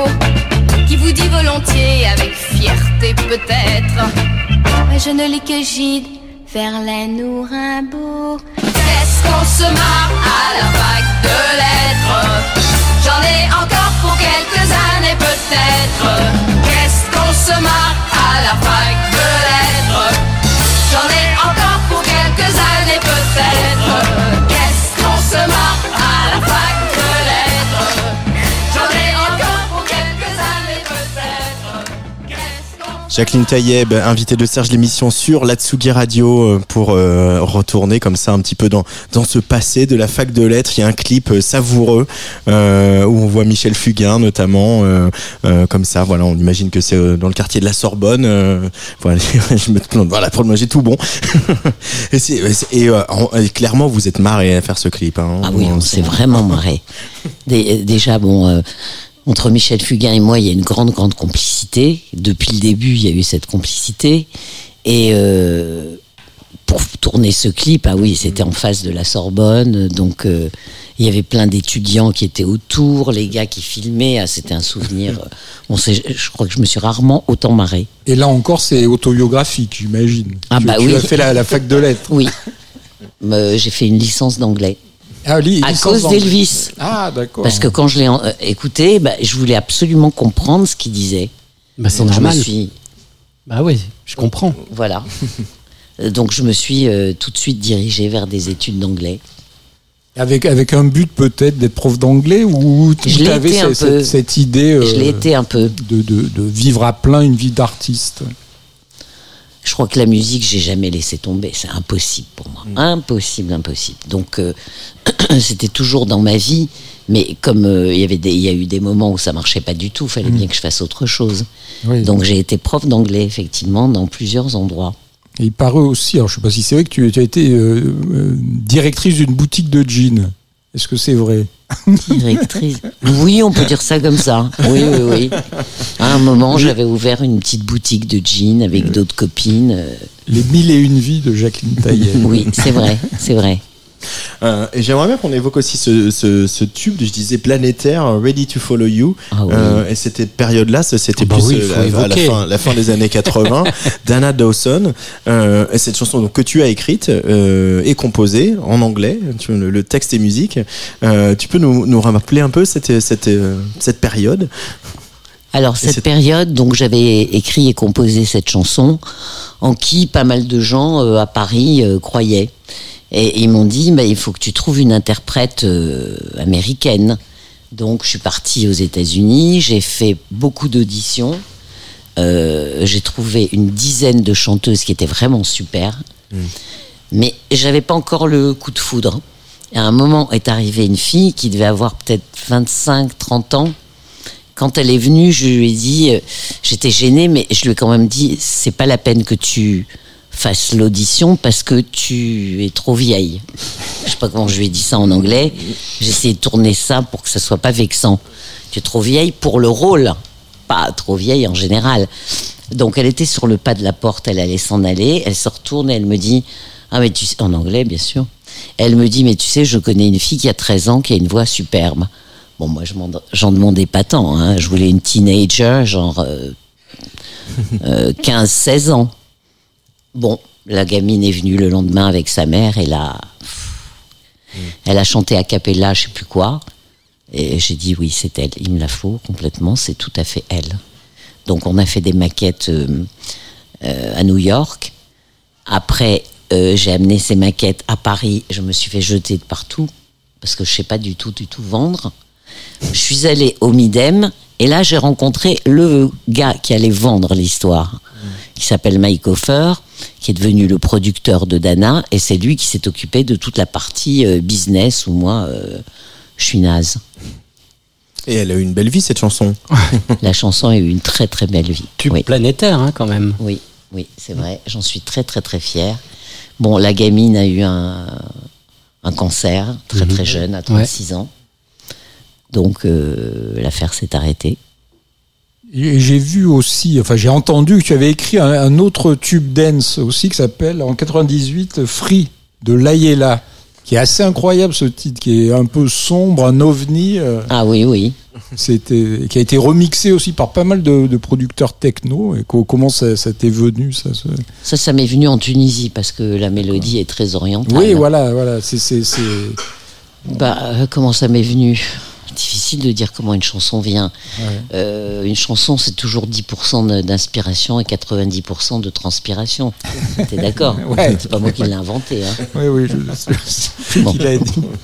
dos, qui vous dit volontiers avec fierté peut-être: mais je ne lis que Gide, Verlaine ou Rimbaud. Qu'est-ce qu'on se marre à la fac de lettres? J'en ai encore pour quelques années peut-être. Qu'est-ce qu'on se marre à la fac de lettres? J'en ai encore pour quelques années peut-être. Qu'est-ce qu'on se marre à la fac de lettres? J'en ai encore pour quelques années peut-être. Qu'est-ce qu'on...
Jacqueline Taïeb, invitée de Serge l'émission sur la Tsugi Radio pour euh, retourner comme ça un petit peu dans, dans ce passé de la fac de lettres. Il y a un clip savoureux euh, où on voit Michel Fugain notamment, euh, euh, comme ça. Voilà, on imagine que c'est dans le quartier de la Sorbonne. Euh, voilà, je me plante. Voilà, pour moi j'ai tout bon. et c'est, et, euh, et clairement, vous êtes marré à faire ce clip. Hein.
Ah oui, on s'est vraiment marré. Dé, déjà, bon. Euh, Entre Michel Fugain et moi, il y a une grande, grande complicité. Depuis le début, il y a eu cette complicité. Et euh, pour tourner ce clip, ah oui, c'était en face de la Sorbonne. Donc, euh, il y avait plein d'étudiants qui étaient autour, les gars qui filmaient. Ah, c'était un souvenir. On sait, je crois que je me suis rarement autant marré.
Et là encore, c'est autobiographique, j'imagine.
Ah
tu,
bah
tu
oui.
as fait la, la fac de lettres.
Oui. Euh, j'ai fait une licence d'anglais.
Ah, li-
à
licence
cause
d'anglais.
d'Elvis.
Ah, d'accord.
Parce que quand je l'ai euh, écouté, bah, je voulais absolument comprendre ce qu'il disait.
Bah, c'est
Donc,
normal.
Je me suis...
Bah oui, je comprends.
Voilà. Donc je me suis euh, tout de suite dirigée vers des études d'anglais.
Avec, avec un but peut-être d'être prof d'anglais, ou
Je
tu
l'ai
avais
été un
cette,
peu.
cette, cette idée euh,
Je l'ai été un peu.
de, de, de vivre à plein une vie d'artiste?
Je crois que la musique, j'ai jamais laissé tomber. C'est impossible pour moi. Mmh. Impossible, impossible. Donc, euh, c'était toujours dans ma vie. Mais comme euh, il y avait des, il y a eu des moments où ça marchait pas du tout, il fallait mmh. bien que je fasse autre chose. Oui. Donc, j'ai été prof d'anglais, effectivement, dans plusieurs endroits.
Et il paraît aussi, alors je sais pas si c'est vrai, que tu, tu as été euh, euh, directrice d'une boutique de jeans. Est-ce que c'est vrai?
Directrice. Oui, on peut dire ça comme ça. Oui, oui, oui. À un moment, j'avais ouvert une petite boutique de jeans avec d'autres copines.
Les mille et une vies de Jacqueline Taïeb.
Oui, c'est vrai, c'est vrai.
Euh, et j'aimerais bien qu'on évoque aussi ce, ce, ce tube, je disais planétaire, Ready to Follow You.
Ah oui.
euh, et cette période-là, c'était
Ah bah
plus
oui,
euh,
faut
à, à la,
évoquer.
fin, la fin des années quatre-vingts. Dana Dawson. Euh, et cette chanson donc, que tu as écrite euh, et composée en anglais, tu, le, le texte et musique. Euh, tu peux nous, nous rappeler un peu cette, cette, euh, cette période?
Alors cette période, donc j'avais écrit et composé cette chanson en qui pas mal de gens euh, à Paris euh, croyaient. Et ils m'ont dit, bah, il faut que tu trouves une interprète euh, américaine. Donc je suis partie aux États-Unis, j'ai fait beaucoup d'auditions, euh, j'ai trouvé une dizaine de chanteuses qui étaient vraiment super, mmh. mais j'avais pas encore le coup de foudre. Et à un moment est arrivée une fille qui devait avoir peut-être vingt-cinq trente ans. Quand elle est venue, je lui ai dit, euh, j'étais gênée, mais je lui ai quand même dit, c'est pas la peine que tu fasses l'audition parce que tu es trop vieille. Je sais pas comment je lui ai dit ça en anglais. J'ai essayé de tourner ça pour que ça soit pas vexant. Tu es trop vieille pour le rôle, pas trop vieille en général. Donc elle était sur le pas de la porte, elle allait s'en aller, elle se retourne et elle me dit, ah mais tu sais, en anglais bien sûr. Elle me dit, mais tu sais, je connais une fille qui a treize ans qui a une voix superbe. Bon, moi, je m'en, j'en demandais pas tant. Hein. Je voulais une teenager, genre euh, euh, quinze seize ans. Bon, la gamine est venue le lendemain avec sa mère et là, mmh. elle a chanté a cappella, je sais plus quoi. Et j'ai dit, oui, c'est elle. Il me la faut complètement, c'est tout à fait elle. Donc, on a fait des maquettes euh, euh, à New York. Après, euh, j'ai amené ces maquettes à Paris. Je me suis fait jeter de partout parce que je sais pas du tout, du tout vendre. Je suis allée au Midem et là j'ai rencontré le gars qui allait vendre l'histoire, mmh. qui s'appelle Mike Hofer, qui est devenu le producteur de Dana, et c'est lui qui s'est occupé de toute la partie euh, business où moi euh, je suis naze.
Et elle a eu une belle vie cette chanson.
La chanson a eu une très très belle vie.
Tube
oui.
planétaire hein, quand même.
Oui, oui, c'est vrai. J'en suis très très très fière. Bon, la gamine a eu un, un cancer très mmh. très jeune, à trente-six ouais. ans. Donc euh, l'affaire s'est arrêtée.
Et j'ai vu aussi, enfin j'ai entendu que tu avais écrit un, un autre tube dance aussi qui s'appelle en quatre-vingt-dix-huit Free de Layela, qui est assez incroyable ce titre, qui est un peu sombre, un ovni. Euh,
ah oui oui.
C'était, qui a été remixé aussi par pas mal de, de producteurs techno. Et comment ça, ça t'est venu ça, ça
Ça, ça m'est venu en Tunisie parce que la mélodie est très orientale.
Oui voilà voilà. C'est c'est, c'est...
Bah euh, comment ça m'est venu? Difficile de dire comment une chanson vient. Ouais. Euh, une chanson, c'est toujours dix pour cent d'inspiration et quatre-vingt-dix pour cent de transpiration. T'es d'accord? Ouais. C'est pas moi qui l'ai inventé. Hein.
Oui, oui, je sais. Bon.
Je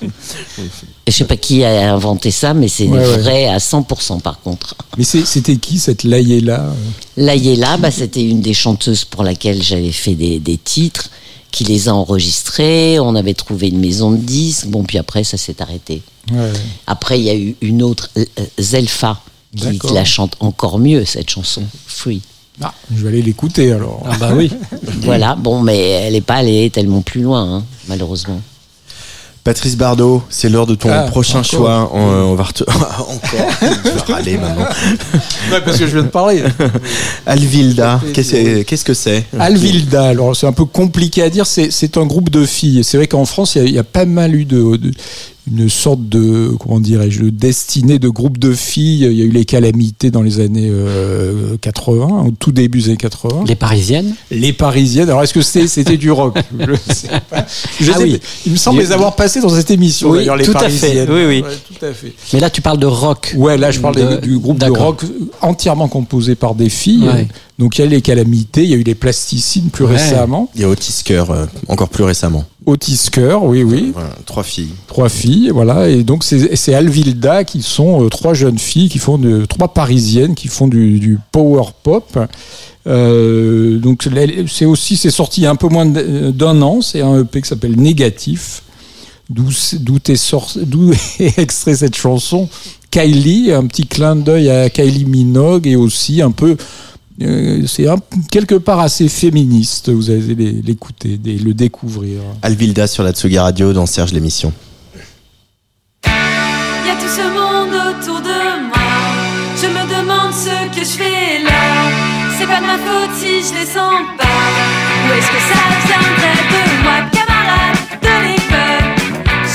sais pas qui a inventé ça, mais c'est ouais, vrai ouais. à cent pour cent par contre.
Mais c'était qui cette Layela?
Layela, bah, c'était une des chanteuses pour laquelle j'avais fait des, des titres, qui les a enregistrés. On avait trouvé une maison de disques. Bon, puis après, ça s'est arrêté. Ouais. Après, il y a eu une autre, Zelfa, qui, qui la chante encore mieux, cette chanson, Free.
Ah, je vais aller l'écouter alors.
Ah bah oui.
Voilà, bon, mais elle n'est pas allée tellement plus loin, hein, malheureusement.
Patrice Bardot, c'est l'heure de ton ah, prochain encore. choix. On, on va rete... encore. Je vais râler maintenant.
Ouais, parce que je viens de parler.
Alvilda, qu'est-ce, qu'est-ce que c'est?
Alvilda, alors c'est un peu compliqué à dire. C'est, c'est un groupe de filles. C'est vrai qu'en France, il y, y a pas mal eu de, de une sorte de, comment dirais-je, de destinée de groupe de filles. Il y a eu les Calamités dans les années euh, quatre-vingts, au tout début des années quatre-vingts.
Les Parisiennes.
Les Parisiennes. Alors est-ce que c'était, c'était du rock? Je sais pas. Je
ah
sais,
oui.
Il me semble les avoir passés dans cette émission.
Oui,
d'ailleurs, les
tout
Parisiennes.
à fait. Oui, oui.
Ouais, tout à fait.
Mais là, tu parles de rock.
Ouais, là, je parle de, du groupe d'accord. de rock entièrement composé par des filles. Ouais. Donc il y a les Calamités, il y a eu les Plasticines plus ouais. récemment.
Il y a Otis Kerr euh, encore plus récemment.
Otis Kerr, oui, oui.
Voilà, trois filles.
Trois filles, voilà. Et donc c'est, c'est Alvilda qui sont euh, trois jeunes filles qui font de, trois parisiennes qui font du, du power pop. Euh, donc c'est aussi c'est sorti il y a un peu moins d'un an. C'est un E P qui s'appelle Négatif, d'où d'où est sorti, d'où est extrait cette chanson. Kylie, un petit clin d'œil à Kylie Minogue et aussi un peu. Euh, c'est un, quelque part assez féministe. Vous allez l'écouter, le découvrir.
Alvilda sur la Tsugi Radio dans Serge l'émission.
Il y a tout ce monde autour de moi. Je me demande ce que je fais là. C'est pas de ma faute si je les sens pas. Où est-ce que ça viendrait de moi, camarade de l'école?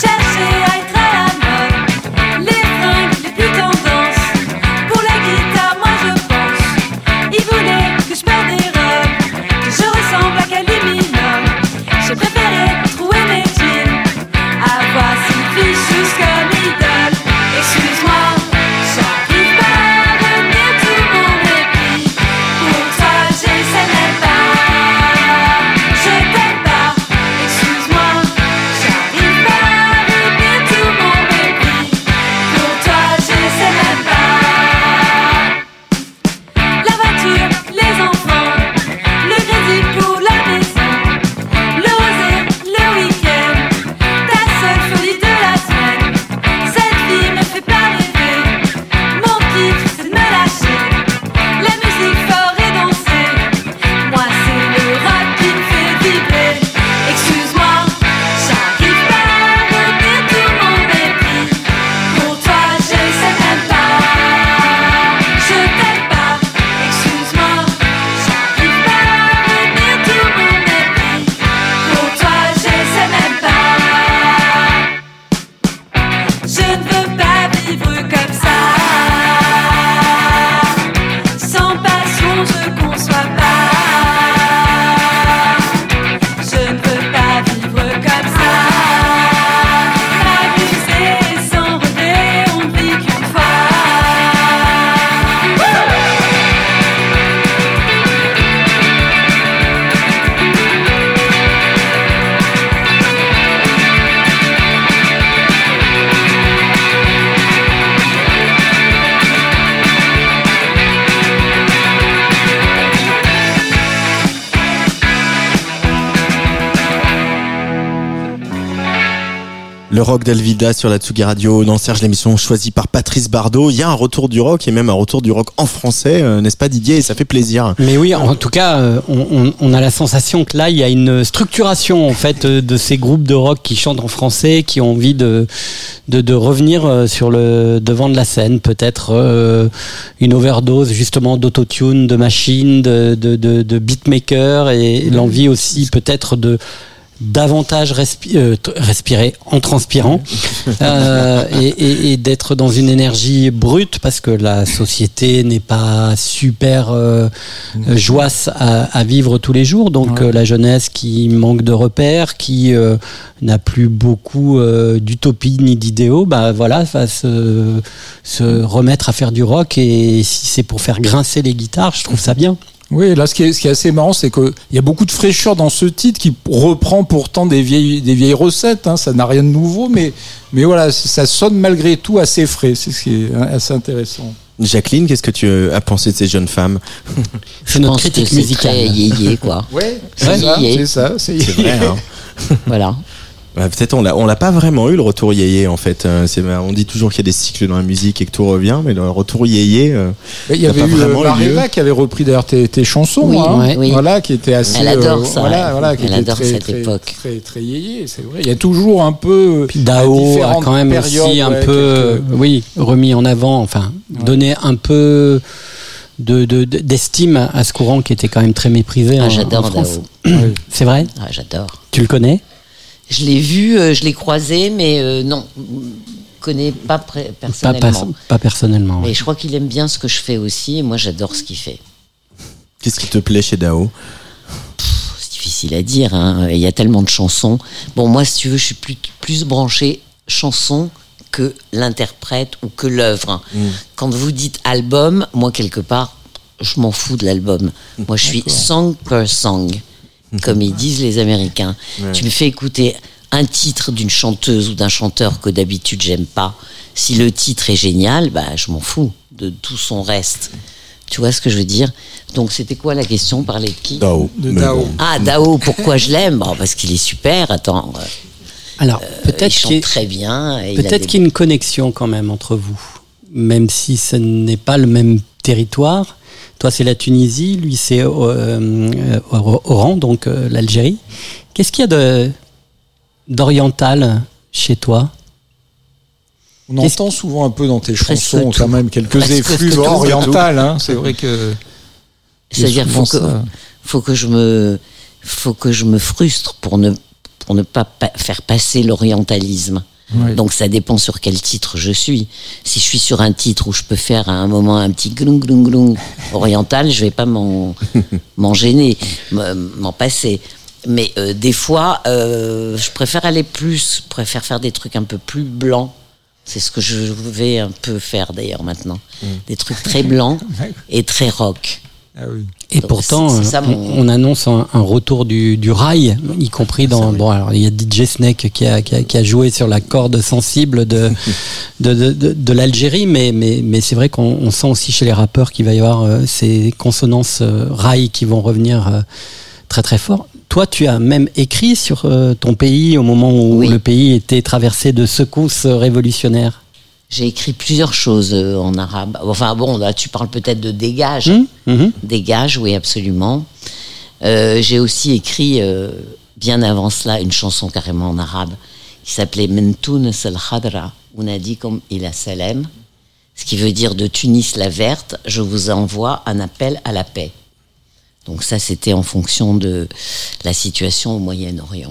Le rock d'Elvida sur la Tsugi Radio, dans Serge l'émission choisie par Patrice Bardot. Il y a un retour du rock et même un retour du rock en français, euh, n'est-ce pas Didier? Et ça fait plaisir.
Mais oui, en tout cas, euh, on, on a la sensation que là, il y a une structuration en fait de ces groupes de rock qui chantent en français, qui ont envie de de, de revenir sur le devant de la scène, peut-être euh, une overdose justement d'autotune, de machines, de de de, de beatmaker et l'envie aussi peut-être de davantage respi- euh, respirer en transpirant euh, et, et, et d'être dans une énergie brute parce que la société n'est pas super euh, joyeuse à, à vivre tous les jours, donc ouais. euh, la jeunesse qui manque de repères, qui euh, n'a plus beaucoup euh, d'utopie ni d'idéaux, bah voilà, va se, se remettre à faire du rock, et si c'est pour faire grincer les guitares, je trouve ça bien.
Oui, là, ce qui est, ce qui est assez marrant, c'est qu'il y a beaucoup de fraîcheur dans ce titre qui reprend pourtant des vieilles, des vieilles recettes. Hein, ça n'a rien de nouveau, mais, mais voilà, ça sonne malgré tout assez frais. C'est ce qui est assez intéressant.
Jacqueline, qu'est-ce que tu as pensé de ces jeunes femmes?
C'est notre critique musicale. C'est yéyé, quoi.
Ouais, c'est, ouais, ça, c'est ça, c'est,
c'est vrai. Hein.
Voilà.
Bah, peut-être on l'a, on l'a pas vraiment eu le retour yéyé en fait. C'est, on dit toujours qu'il y a des cycles dans la musique et que tout revient, mais le retour yéyé. Euh,
il y avait eu Mareva qui avait repris d'ailleurs tes, tes chansons,
oui,
hein,
ouais, oui.
Voilà, qui était assez.
Elle adore euh, ça.
Voilà, voilà, qui
Elle
était
adore
très,
cette
très,
époque.
Très, très, très yéyé, c'est vrai. Il y a toujours un peu.
Puis Dao a quand même aussi un
ouais,
peu, quelques... oui, remis en avant, enfin, ouais. donné un peu. De, de, d'estime à ce courant qui était quand même très méprisé.
Ah,
en,
j'adore
en France.
Dao.
C'est vrai?
Ah, j'adore.
Tu le connais?
Je l'ai vu, euh, je l'ai croisé, mais euh, non, je ne connais pas pré- personnellement.
Pas, pas, pas personnellement.
Mais
ouais.
je crois qu'il aime bien ce que je fais aussi, et moi j'adore ce qu'il fait.
Qu'est-ce qui te plaît chez Dao?
Pff, c'est difficile à dire, hein. Il y a tellement de chansons. Bon, moi, si tu veux, je suis plus, plus branchée chanson que l'interprète ou que l'œuvre. Mmh. Quand vous dites album, moi, quelque part, je m'en fous de l'album. Moi, je suis D'accord. song per song, comme ils disent les Américains. Ouais. Tu me fais écouter un titre d'une chanteuse ou d'un chanteur que d'habitude j'aime pas. Si le titre est génial, bah, je m'en fous de tout son reste. Tu vois ce que je veux dire? Donc c'était quoi la question? Parler de qui?
Dao.
De Dao.
Bon.
Ah, Dao, pourquoi je l'aime? Bon, parce qu'il est super, attends.
Alors,
euh,
peut-être
il chante
qu'il...
très bien. Et
peut-être
il a des...
qu'il y a une connexion quand même entre vous, même si ce n'est pas le même territoire. Toi, c'est la Tunisie, lui, c'est euh, euh, Oran, donc euh, l'Algérie. Qu'est-ce qu'il y a de, d'oriental chez toi?
On Qu'est-ce entend souvent un peu dans tes chansons
tout.
quand même quelques
Presque
effluves orientales. Hein, c'est vrai que.
C'est-à-dire faut que faut que je me faut que je me frustre pour ne pour ne pas pa- faire passer l'orientalisme. Oui. Donc ça dépend sur quel titre je suis. Si je suis sur un titre où je peux faire à un moment un petit glung glung glung oriental, je vais pas m'en m'en gêner, m'en passer. Mais euh, des fois, euh, je préfère aller plus, je préfère faire des trucs un peu plus blancs. C'est ce que je vais un peu faire d'ailleurs maintenant. Mmh. Des trucs très blancs et très rock.
Ah oui.
Et donc, pourtant, c'est, c'est ça, mon... on, on annonce un, un retour du, du rail, y compris dans. Bon, alors il y a D J Snake qui a, qui a, qui a joué sur la corde sensible de de, de, de, de l'Algérie, mais, mais, mais c'est vrai qu'on on sent aussi chez les rappeurs qu'il va y avoir euh, ces consonances euh, rail qui vont revenir euh, très très fort. Toi, tu as même écrit sur euh, ton pays au moment où oui. le pays était traversé de secousses révolutionnaires.
J'ai écrit plusieurs choses euh, en arabe. Enfin bon, là tu parles peut-être de Dégage.
Mmh, mmh.
Dégage, oui, absolument. Euh, j'ai aussi écrit, euh, bien avant cela, une chanson carrément en arabe qui s'appelait Mentoun Sel Khadra, Unadikum ila Salem, ce qui veut dire de Tunis la verte, je vous envoie un appel à la paix. Donc ça, c'était en fonction de la situation au Moyen-Orient.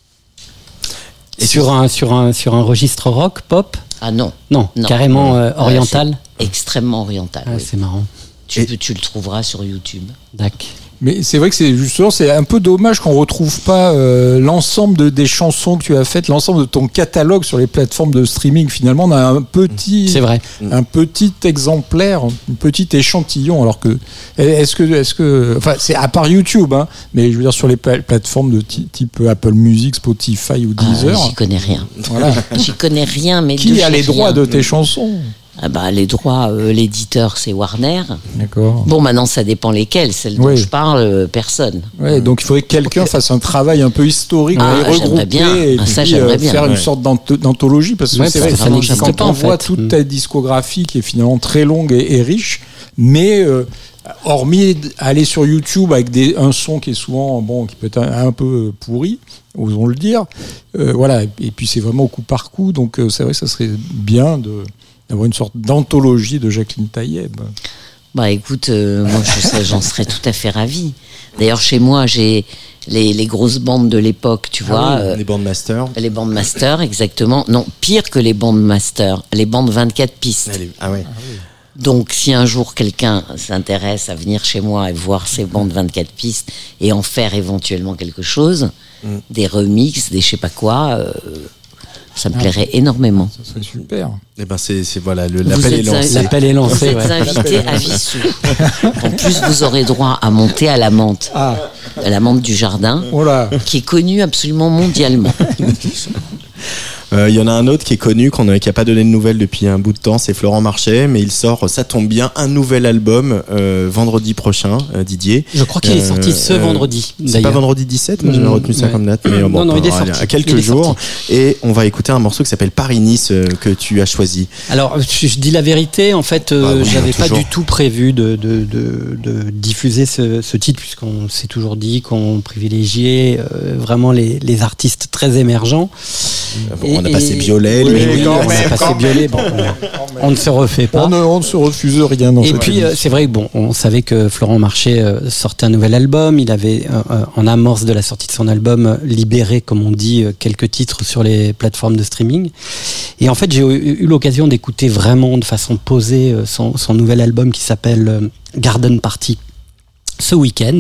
Et sur un, sur un, sur un registre rock, pop?
Ah non.
Non, non. Carrément euh, oriental?
euh, Extrêmement oriental,
ah,
oui.
C'est marrant.
Tu, Et... tu le trouveras sur YouTube.
D'accord.
Mais c'est vrai que c'est justement, c'est un peu dommage qu'on retrouve pas euh, l'ensemble de, des chansons que tu as faites, l'ensemble de ton catalogue sur les plateformes de streaming. Finalement, on a un petit,
c'est vrai,
un petit exemplaire, un petit échantillon. Alors que, est-ce que, est-ce que, enfin, c'est à part YouTube, hein, mais je veux dire sur les pla- plateformes de t- type Apple Music, Spotify ou Deezer.
Ah, j'y connais rien.
Voilà.
J'y connais rien, mais
qui a les droits de tes chansons?
Ah bah, les droits, euh, l'éditeur, c'est Warner.
D'accord.
Bon, maintenant, ça dépend lesquels. Celles dont
Oui.
je parle, euh, personne.
Ouais, donc il faudrait que quelqu'un fasse un travail un peu historique,
Ah,
pour les
j'aimerais
regrouper
bien.
et
Ah,
puis
ça, j'aimerais bien.
faire une
Ouais.
sorte d'anth- d'anthologie, parce que
Ouais,
c'est
parce
vrai
que ça
que
n'existe
quand
pas,
on
en
voit
fait.
toute
Mm.
ta discographie qui est finalement très longue et, et riche, mais euh, hormis aller sur YouTube avec des, un son qui est souvent, bon, qui peut être un, un peu pourri, osons le dire, euh, voilà, et, et puis c'est vraiment au coup par coup, donc euh, c'est vrai que ça serait bien de d'avoir une sorte d'anthologie de Jacqueline Taïeb.
Bah écoute, euh, moi je serais- j'en serais tout à fait ravie. D'ailleurs, chez moi, j'ai les, les grosses bandes de l'époque, tu vois.
Ah oui,
euh,
les bandmasters.
les bandes master, exactement. Non, pire que les bandes master, les bandes vingt-quatre pistes.
Allez, ah ouais.
Donc, si un jour quelqu'un s'intéresse à venir chez moi et voir ces bandes vingt-quatre pistes et en faire éventuellement quelque chose,
Mm.
des remixes, des je sais pas quoi, euh, ça me plairait énormément.
Ça serait super.
Eh ben c'est c'est voilà le
Vous
l'appel est
êtes
lancé.
L'appel est
Vous
lancé.
êtes
ouais.
invité à Vissou. En plus, vous aurez droit à monter à la menthe,
Ah,
à la menthe du jardin,
voilà.
qui est connue absolument mondialement.
Il euh, y en a un autre qui est connu, qu'on a, qui a pas donné de nouvelles depuis un bout de temps, c'est Florent Marchais, mais il sort, ça tombe bien, un nouvel album euh, vendredi prochain, euh, Didier.
Je crois qu'il est
Euh,
sorti ce
euh,
vendredi.
C'est
d'ailleurs.
pas vendredi dix-sept, moi j'avais
Mmh,
retenu ça
ouais.
comme date, mais bon,
Non, non, il est
allez,
sorti.
à quelques
Il est
jours.
sorti.
Et on va écouter un morceau qui s'appelle Paris-Nice euh, que tu as choisi.
Alors, je, je dis la vérité, en fait, euh,
Ah oui,
j'avais pas
toujours.
du tout prévu de, de, de, de diffuser ce, ce titre, puisqu'on s'est toujours dit qu'on privilégiait euh, vraiment les, les artistes très émergents.
Bon,
Et-
on a passé
et-
Biolay,
Oui,
Louis,
quand
on
même,
a passé
quand
Biolay, bon, on, on ne se refait pas.
On ne, on ne se refuse rien dans
Et
cette
puis euh,
émission.
c'est vrai que bon, on savait que Florent Marchais euh, sortait un nouvel album. Il avait euh, euh, en amorce de la sortie de son album euh, libéré, comme on dit, euh, quelques titres sur les plateformes de streaming. Et en fait, j'ai eu, eu l'occasion d'écouter vraiment de façon posée euh, son, son nouvel album qui s'appelle euh, Garden Party ce week-end.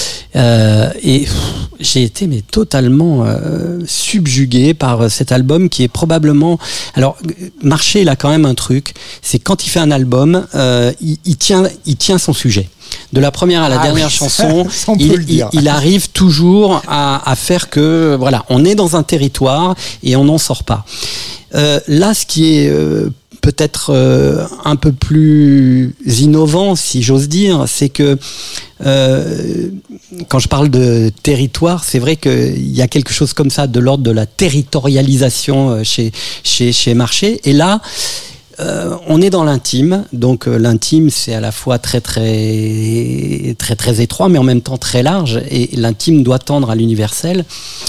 Euh, et pff, j'ai été mais totalement euh, subjugué par euh, cet album qui est probablement. Alors Marchais, il a quand même un truc, c'est quand il fait un album, euh, il, il tient, il tient son sujet. De la première à la
Ah
dernière
oui,
chanson,
ça, on peut
il,
le dire.
il- il arrive toujours à, à faire que voilà, on est dans un territoire et on n'en sort pas. Euh, là, ce qui est euh, peut-être euh, un peu plus innovant, si j'ose dire, c'est que euh, quand je parle de territoire, c'est vrai qu'il y a quelque chose comme ça de l'ordre de la territorialisation euh, chez chez chez Marchais. Et là, euh, on est dans l'intime. Donc euh, l'intime, c'est à la fois très très très très étroit, mais en même temps très large. Et l'intime doit tendre à l'universel.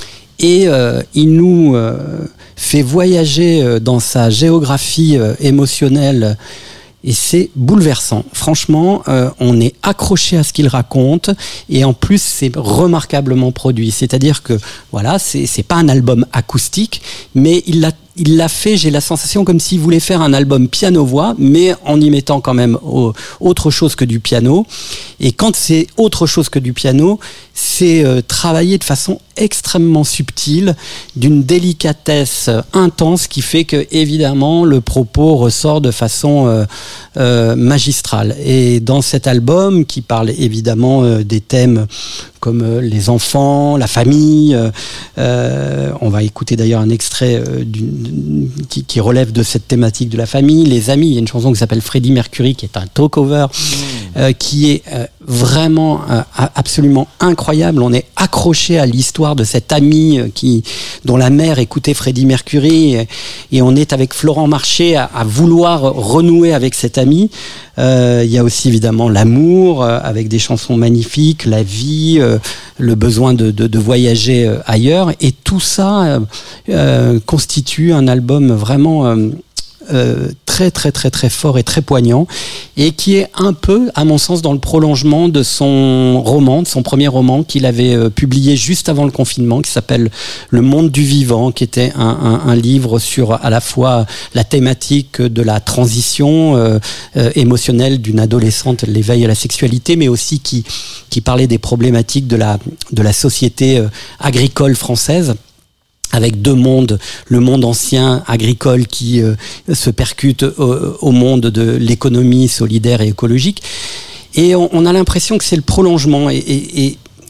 Et euh, il nous euh, fait voyager euh, dans sa géographie euh, émotionnelle. Et c'est bouleversant. Franchement, euh, on est accroché à ce qu'il raconte, et en plus, c'est remarquablement produit. C'est-à-dire que, voilà, c'est, c'est pas un album acoustique, mais il l'a, il l'a fait, j'ai la sensation, comme s'il voulait faire un album piano-voix, mais en y mettant quand même au, autre chose que du piano. Et quand c'est autre chose que du piano, c'est euh, travaillé de façon extrêmement subtile, d'une délicatesse intense, qui fait que, évidemment, le propos ressort de façon euh, euh, magistrale. Et dans cet album, qui parle évidemment euh, des thèmes comme euh, les enfants, la famille, euh, euh, on va écouter d'ailleurs un extrait euh, d'une, qui, qui relève de cette thématique de la famille, les amis. Il y a une chanson qui s'appelle Freddie Mercury, qui est un talk-over, euh, qui est euh, vraiment euh, absolument incroyable. On est accroché à l'histoire de cet ami euh, qui, dont la mère écoutait Freddie Mercury, et, et on est avec Florent Marchais à, à vouloir renouer avec cet ami. Euh, il y a aussi évidemment l'amour, euh, avec des chansons magnifiques, la vie, euh, le besoin de, de, de voyager euh, ailleurs, et tout ça euh, euh, constitue un album vraiment euh, euh, très très très très fort et très poignant, et qui est un peu, à mon sens, dans le prolongement de son roman, de son premier roman qu'il avait euh, publié juste avant le confinement, qui s'appelle Le Monde du Vivant, qui était un, un, un livre sur à la fois la thématique de la transition euh, euh, émotionnelle d'une adolescente, l'éveil à la sexualité, mais aussi qui qui parlait des problématiques de la de la société euh, agricole française, avec deux mondes, le monde ancien agricole qui euh, se percute au, au monde de l'économie solidaire et écologique. Et on, on a l'impression que c'est le prolongement. Et, et, et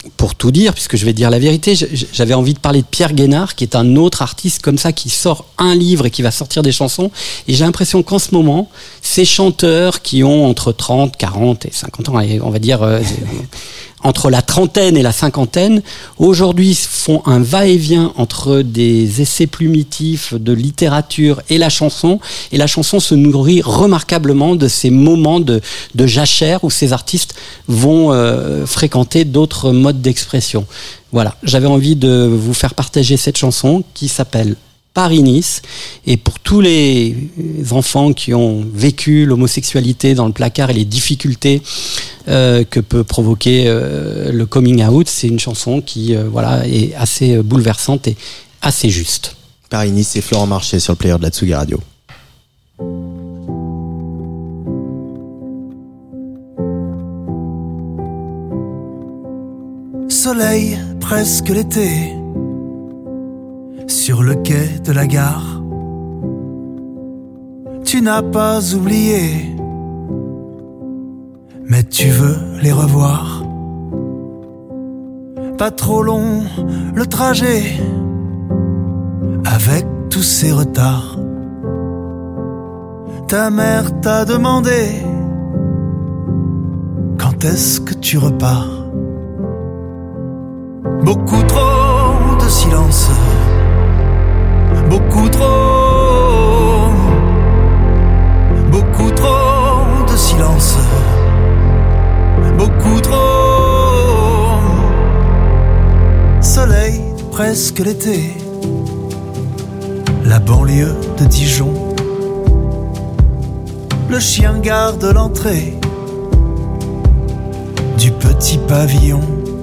pour tout dire, puisque je vais dire la vérité, j'avais envie de parler de Pierre Guénard, qui est un autre artiste comme ça, qui sort un livre et qui va sortir des chansons. Et j'ai l'impression qu'en ce moment, ces chanteurs qui ont entre trente, quarante et cinquante ans, on va dire euh, entre la trentaine et la cinquantaine, aujourd'hui font un va-et-vient entre des essais plumitifs de littérature et la chanson. Et la chanson se nourrit remarquablement de ces moments de, de jachère où ces artistes vont euh, fréquenter d'autres modes d'expression. Voilà, j'avais envie de vous faire partager cette chanson qui s'appelle Paris-Nice, et pour tous les enfants qui ont vécu l'homosexualité dans le placard et les difficultés euh, que peut provoquer euh, le coming out, c'est une chanson qui euh, voilà, est assez bouleversante et assez juste.
Paris-Nice, c'est Florent Marché sur le player de la Tsugi Radio.
Soleil, presque l'été, sur le quai de la gare. Tu n'as pas oublié, mais tu veux les revoir. Pas trop long le trajet, avec tous ces retards. Ta mère t'a demandé, quand est-ce que tu repars? Beaucoup trop de silence, beaucoup trop, beaucoup trop de silence, beaucoup trop. Soleil, presque l'été, la banlieue de Dijon. Le chien garde l'entrée du petit pavillon.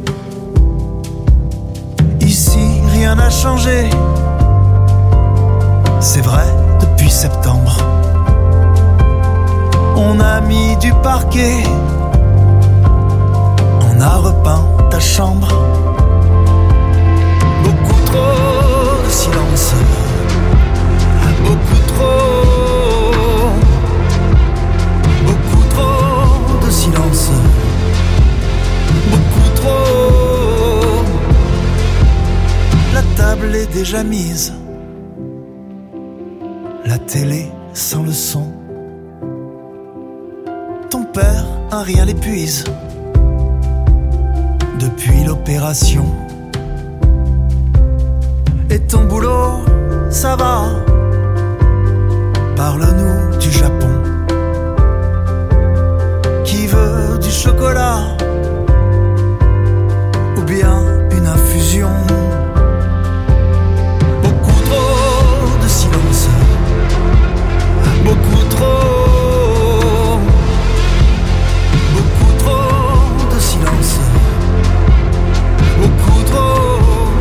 Ici, rien n'a changé, c'est vrai, depuis septembre. On a mis du parquet, on a repeint ta chambre. Beaucoup trop de silence, beaucoup trop, beaucoup trop de silence, beaucoup trop. La table est déjà mise, la télé sans le son. Ton père, un rien l'épuise depuis l'opération. Et ton boulot, ça va? Parle-nous du Japon. Qui veut du chocolat ou bien une infusion? Beaucoup trop de silence, beaucoup trop, beaucoup trop de silence, beaucoup trop.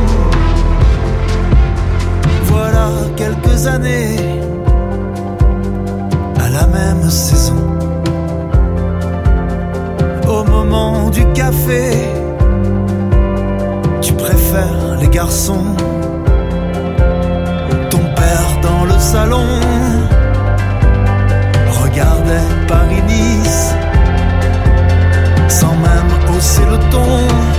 Voilà quelques années à la même saison. Au moment du café, tu préfères les garçons. Ton père dans le salon regardait Paris-Nice sans même hausser le ton.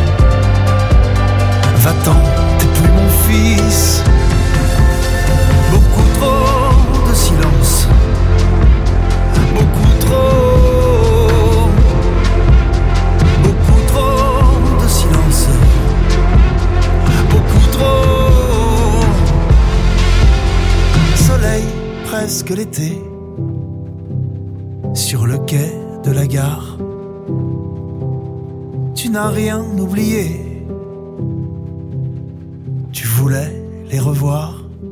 Va-t'en, t'es plus mon fils. Beaucoup trop de silence, beaucoup trop, beaucoup trop de silence, beaucoup trop. Soleil, presque l'été, sur le quai de la gare. Tu n'as rien oublié, tu voulais les revoir.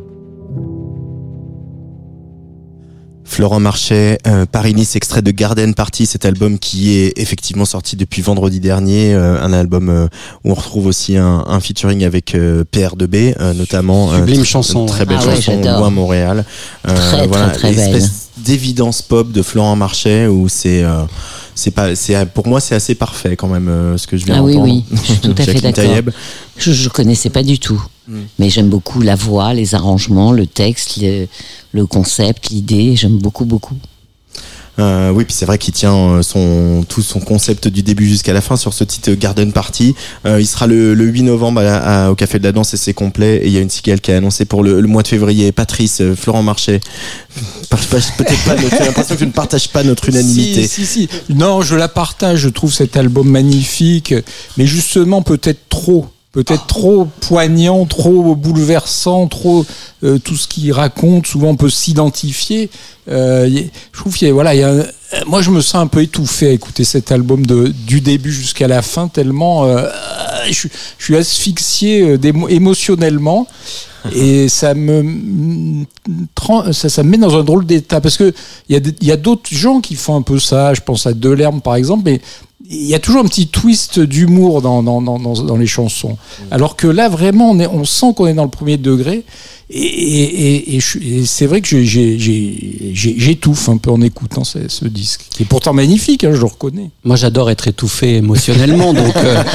Florent Marché, euh, Paris-Nice, extrait de Garden Party, cet album qui est effectivement sorti depuis vendredi dernier, euh, un album euh, où on retrouve aussi un, un featuring avec euh, P R deux B, euh, notamment.
Sublime
euh,
chanson.
Très belle
ah
chanson,
ouais,
Loin Montréal.
Euh, très,
voilà,
très, très belle.
L'espèce d'évidence pop de Florent Marché où c'est... Euh, c'est pas, c'est pour moi c'est assez parfait quand même euh, ce que je viens
ah
d'entendre.
oui oui, je suis tout à fait d'accord.
Taïeb.
Je, je connaissais pas du tout, mm. mais j'aime beaucoup la voix, les arrangements, le texte, le, le concept, l'idée. J'aime beaucoup beaucoup.
Euh, oui, puis c'est vrai qu'il tient son tout son concept du début jusqu'à la fin sur ce titre Garden Party. Euh, il sera le, le huit novembre à, à, au Café de la Danse et c'est complet. Et il y a une cigale qui a annoncé pour le, le mois de février. Patrice, euh, Florent Marchais. Peut-être pas. J'ai l'impression que tu ne partages pas notre unanimité.
Si, si, si. Non, je la partage. Je trouve cet album magnifique, mais justement peut-être trop. Peut-être trop poignant, trop bouleversant, trop euh, tout ce qu'il raconte. Souvent, on peut s'identifier. Euh, je trouve qu'il y a, voilà, il y a un, moi, je me sens un peu étouffé à écouter cet album de, du début jusqu'à la fin, tellement euh, je, je suis asphyxié émotionnellement. Et ça me ça, ça me met dans un drôle d'état parce que il y a il y a d'autres gens qui font un peu ça. Je pense à Delerme par exemple, mais il y a toujours un petit twist d'humour dans dans dans dans, dans les chansons. Alors que là vraiment on est on sent qu'on est dans le premier degré. Et, et, et, et c'est vrai que j'ai, j'ai, j'ai, j'étouffe un peu en écoutant ce, ce disque, qui est pourtant magnifique, hein, je le reconnais.
Moi, j'adore être étouffé émotionnellement, donc euh,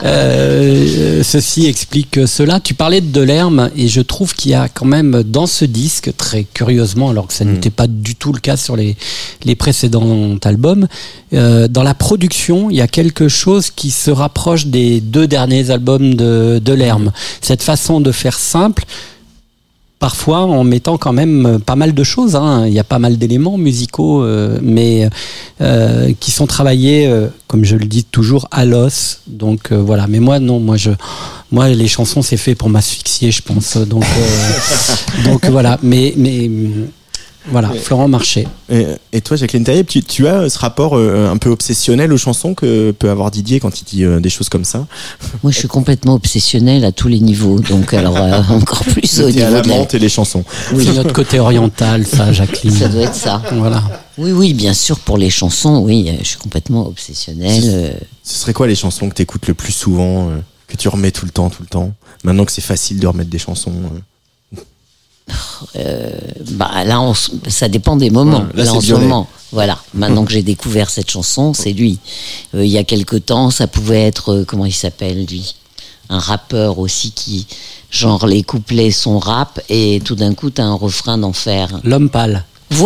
euh, ceci explique cela. Tu parlais de Delerme, et je trouve qu'il y a quand même dans ce disque, très curieusement, alors que ça mmh. n'était pas du tout le cas sur les, les précédents albums, euh, dans la production, il y a quelque chose qui se rapproche des deux derniers albums de Delerme. Cette façon de faire simple, parfois en mettant quand même pas mal de choses, hein. Il y a pas mal d'éléments musicaux, euh, mais euh, qui sont travaillés, euh, comme je le dis toujours, à l'os. Donc euh, voilà. Mais moi non, moi je, moi les chansons c'est fait pour m'asphyxier, je pense. Donc euh, donc voilà. Mais mais voilà, ouais. Florent Marchais.
Et, et toi, Jacqueline Taïeb, tu, tu as ce rapport euh, un peu obsessionnel aux chansons que peut avoir Didier quand il dit euh, des choses comme ça?
Moi, je suis complètement obsessionnelle à tous les niveaux, donc alors euh, encore plus au niveau
à la
de la
menthe et les chansons.
Oui, notre côté oriental, ça, Jacqueline.
Ça doit être ça.
Voilà.
Oui, oui, bien sûr, pour les chansons, oui, je suis complètement obsessionnelle.
Ce, ce serait quoi les chansons que tu écoutes le plus souvent, euh, que tu remets tout le temps, tout le temps? Maintenant que c'est facile de remettre des chansons. Euh...
Euh, bah là, on, ça dépend des moments.
Ouais, là,
là en
ce
moment, voilà. Maintenant que j'ai découvert cette chanson, c'est lui. Euh, il y a quelque temps, ça pouvait être euh, comment il s'appelle lui, un rappeur aussi qui, genre les couplets sont rap et tout d'un coup t'as un refrain d'enfer.
L'homme pâle.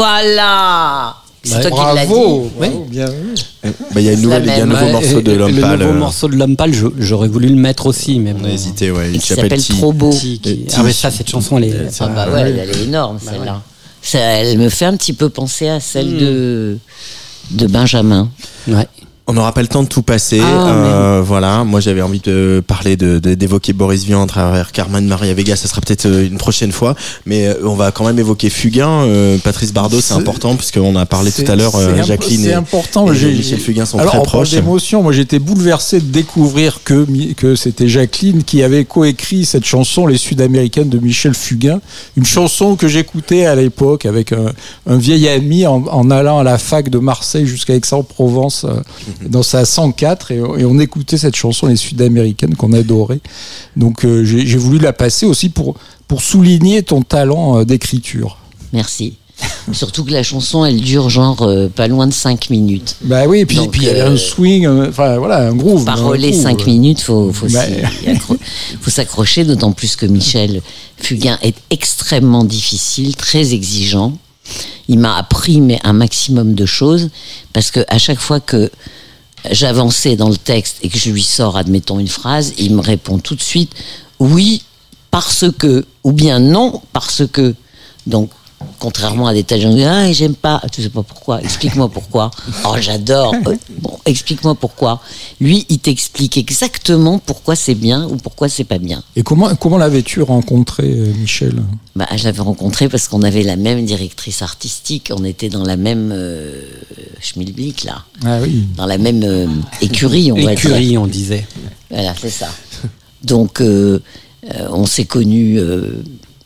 Voilà. C'est
bah,
toi
bravo,
qui l'as dit.
Bravo, oui. Bien vu.
Bah, il y a une nouvelle, il y a un nouveau
ouais,
morceau de L'homme
le
pâle.
Le nouveau morceau de L'homme pâle, j'aurais voulu le mettre aussi, mais
on a hésité, ouais.
Il s'appelle Trop beau.
Qui, qui... Ah mais ça, cette chanson, elle est.
Ah bah ouais, elle est énorme bah celle-là. Ouais. Ça, elle me fait un petit peu penser à celle mmh. de de Benjamin.
Ouais.
On n'aura pas le temps de tout passer.
Ah,
euh, voilà. Moi, j'avais envie de parler de, de d'évoquer Boris Vian à travers Carmen Maria Vega. Ça sera peut-être une prochaine fois, mais on va quand même évoquer Fugain. Euh, Patrice Bardot, c'est, c'est important puisqu'on a parlé tout à l'heure. Euh, Jacqueline
c'est
et,
important.
et
j'ai,
Michel Fugain sont
alors,
très
on
proches.
Parle d'émotion. Moi, j'étais bouleversé de découvrir que que c'était Jacqueline qui avait coécrit cette chanson, Les Sud-Américaines de Michel Fugain. Une chanson que j'écoutais à l'époque avec un, un vieil ami en, en allant à la fac de Marseille jusqu'à Aix-en-Provence euh, mmh. dans sa cent quatre et, et on écoutait cette chanson Les Sud-Américaines qu'on adorait. Donc euh, j'ai, j'ai voulu la passer aussi pour pour souligner ton talent euh, d'écriture.
Merci. Surtout que la chanson, elle dure genre euh, pas loin de cinq minutes.
Bah oui, et puis puis il y a un swing, enfin voilà, un groove.
Paroler cinq minutes, faut faut, bah, accro- faut s'accrocher, d'autant plus que Michel Fugain est extrêmement difficile, très exigeant. Il m'a appris mais un maximum de choses parce que à chaque fois que j'avançais dans le texte et que je lui sors, admettons, une phrase, il me répond tout de suite oui parce que, ou bien non parce que. Donc contrairement à des tas de gens qui disent ah j'aime pas, tu sais pas pourquoi, explique-moi pourquoi. Oh j'adore, bon explique-moi pourquoi. Lui il t'explique exactement pourquoi c'est bien ou pourquoi c'est pas bien.
Et comment comment l'avais-tu rencontré, Michel?
Bah je l'avais rencontré parce qu'on avait la même directrice artistique, on était dans la même euh, schmilblick là,
ah oui,
dans la même euh, écurie on va dire.
Écurie on disait.
Voilà c'est ça. Donc euh, euh, on s'est connus. Euh,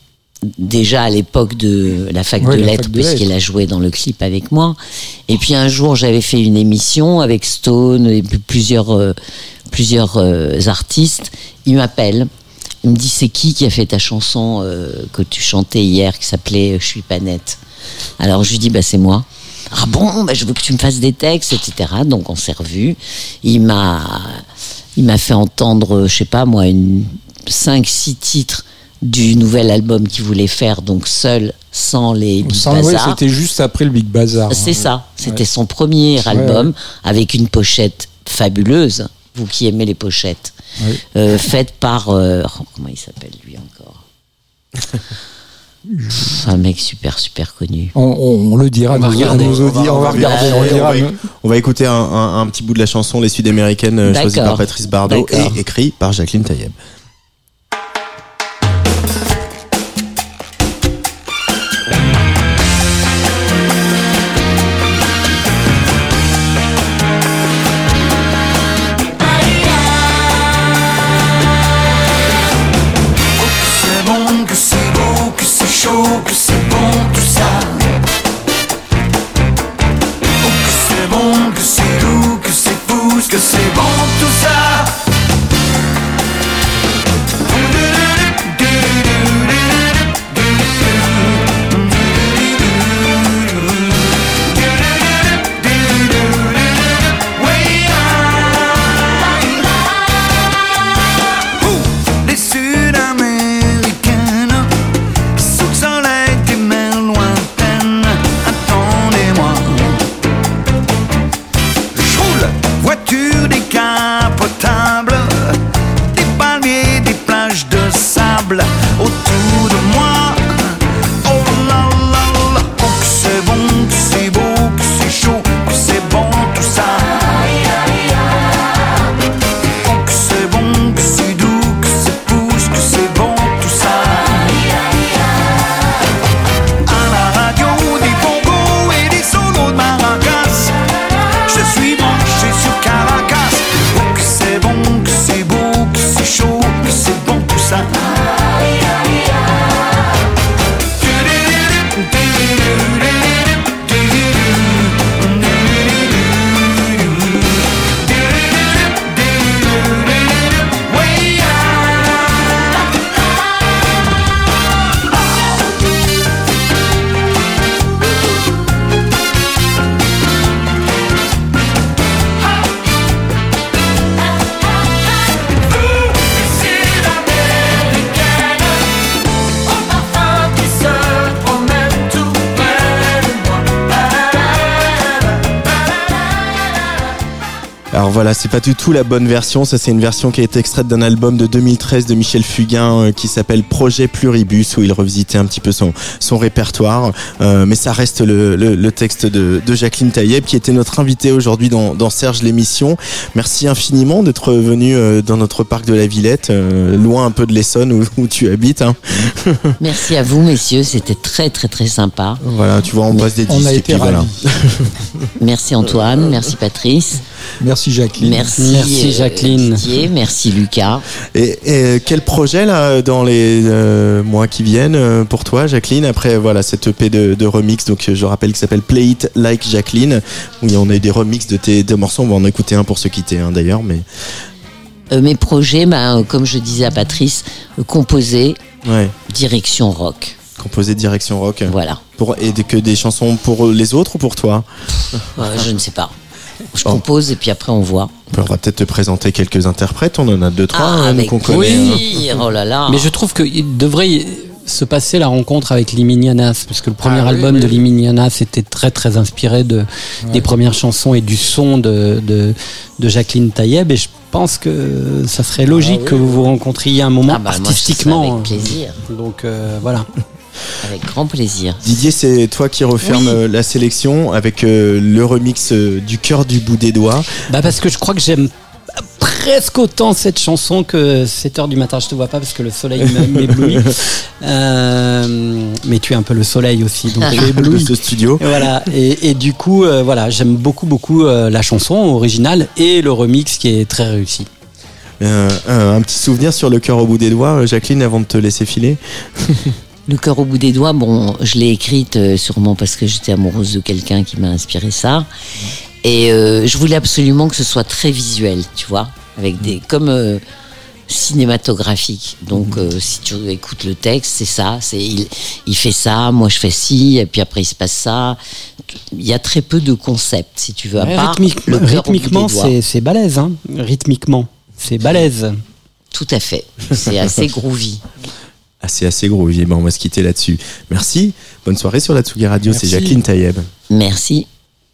déjà à l'époque de la fac ouais, de lettres puisqu'il a joué dans le clip avec moi et puis un jour j'avais fait une émission avec Stone et plusieurs euh, plusieurs euh, artistes. Il m'appelle, il me dit c'est qui qui a fait ta chanson euh, que tu chantais hier qui s'appelait Je suis pas nette. Alors je lui dis bah c'est moi. Ah bon, bah je veux que tu me fasses des textes, et cetera. Donc on s'est revus. Il m'a il m'a fait entendre je sais pas moi une cinq six titres du nouvel album qu'il voulait faire, donc seul, sans les Big
Sans,
Bazar.
ouais, c'était juste après le Big Bazar.
C'est
hein.
ça, c'était
Ouais.
son premier album
Ouais, ouais.
avec une pochette fabuleuse, vous qui aimez les pochettes,
Ouais.
euh, faite par... euh, oh, comment il s'appelle lui encore Un mec super super connu.
On, on- on le dira
On va
à nos,
regarder.
à nos auditeurs. On va regarder. On,
on,
dira,
va, on va écouter un, un, un petit bout de la chanson Les Sud-Américaines, euh, choisie
D'accord.
par Patrice Bardot
D'accord.
et écrit par Jacqueline Taïeb.
C'est bon, que c'est beau, que c'est chaud, que c'est bon tout ça. Oh, que c'est bon, que c'est doux, que c'est fou, que c'est bon tout ça. Les Sud-Américaines, sous le soleil des mers lointaines, attendez-moi. Je roule, voiture décapotable, des palmiers, des plages de sable autour de moi. Oh là là là, oh que c'est bon, que c'est beau, que c'est chaud, que c'est bon tout ça. Oh que c'est bon, que c'est doux, que c'est pousse, que c'est bon tout ça. À la radio des bongos et des solos de maracas, je suis branché sur Caracas. Oh que c'est bon, que c'est beau, que c'est chaud, que c'est bon tout ça.
Alors voilà, c'est pas du tout la bonne version. Ça, c'est une version qui a été extraite d'un album de deux mille treize de Michel Fugain euh, qui s'appelle Projet Pluribus, où il revisitait un petit peu son son répertoire. Euh, mais ça reste le, le, le texte de, de Jacqueline Taïeb, qui était notre invitée aujourd'hui dans, dans Serge l'émission. Merci infiniment d'être venu euh, dans notre parc de la Villette, euh, loin un peu de l'Essonne où, où tu habites. Hein.
Merci à vous, messieurs, c'était très très très sympa.
Voilà, tu vois, on passe des
On
disques
a
et
été
puis voilà.
ravis.
Merci Antoine, merci Patrice,
Merci Jacqueline.
merci,
Merci, Jacqueline.
Didier, merci Lucas.
Et, et quel projet là dans les euh, mois qui viennent euh, pour toi, Jacqueline, après voilà cette E P de, de remix, donc je rappelle qu'il s'appelle Play It Like Jacqueline, où on a eu des remixes de tes deux morceaux, on va en écouter un pour se quitter hein, d'ailleurs, mais
Euh, mes projets, bah, euh, comme je disais à Patrice, euh, composer,
ouais,
direction rock.
composé direction rock.
Voilà.
Pour, et de- que des chansons pour les autres ou pour toi?
Euh, je ne sais pas. Je
Bon.
compose et puis après on voit.
On va peut-être te présenter quelques interprètes, on en a deux, trois,
Ah,
hein, nous,
avec
qu'on connaît. hein.
plaisir, oh là là.
Mais je trouve qu'il devrait y- se passer la rencontre avec Liminianas, parce que le premier
Ah oui,
album
oui,
de
oui.
Liminianas était très très inspiré de, des premières chansons et du son de, de, de Jacqueline Taïeb, et je pense que ça serait logique
Ah oui,
que vous vous rencontriez un moment
Ah bah, moi, je serai
artistiquement.
avec plaisir.
Donc euh, voilà.
Avec grand plaisir.
Didier, c'est toi qui referme
Oui.
euh, la sélection avec euh, le remix euh, du cœur du bout des doigts.
Bah parce que je crois que j'aime presque autant cette chanson que sept heures du matin. Je te vois pas parce que le soleil m- m'éblouit. Euh, mais tu es un peu le soleil aussi, donc tu
de
éblouis.
ce studio.
Et voilà. Et, et du coup, euh, voilà, j'aime beaucoup, beaucoup euh, la chanson originale et le remix qui est très réussi.
Euh, un, un petit souvenir sur le cœur au bout des doigts, euh, Jacqueline, avant de te laisser filer.
Le cœur au bout des doigts, bon, je l'ai écrite euh, sûrement parce que j'étais amoureuse de quelqu'un qui m'a inspiré ça. Et euh, je voulais absolument que ce soit très visuel, tu vois, avec des comme euh, cinématographique. Donc, euh, si tu écoutes le texte, c'est ça. C'est il, il fait ça, moi je fais ci, et puis après il se passe ça. Il y a très peu de concepts, si tu veux. À
Ouais,
part
rythmique-
le cœur au bout
rythmiquement,
des doigts.
c'est, c'est balèze. Hein. Rythmiquement, c'est balèze.
Tout à fait. C'est assez groovy.
assez assez groovy. Ben, on va se quitter là-dessus. Merci. Bonne soirée sur la Tsugi Radio.
Merci.
C'est Jacqueline Taïeb.
Merci.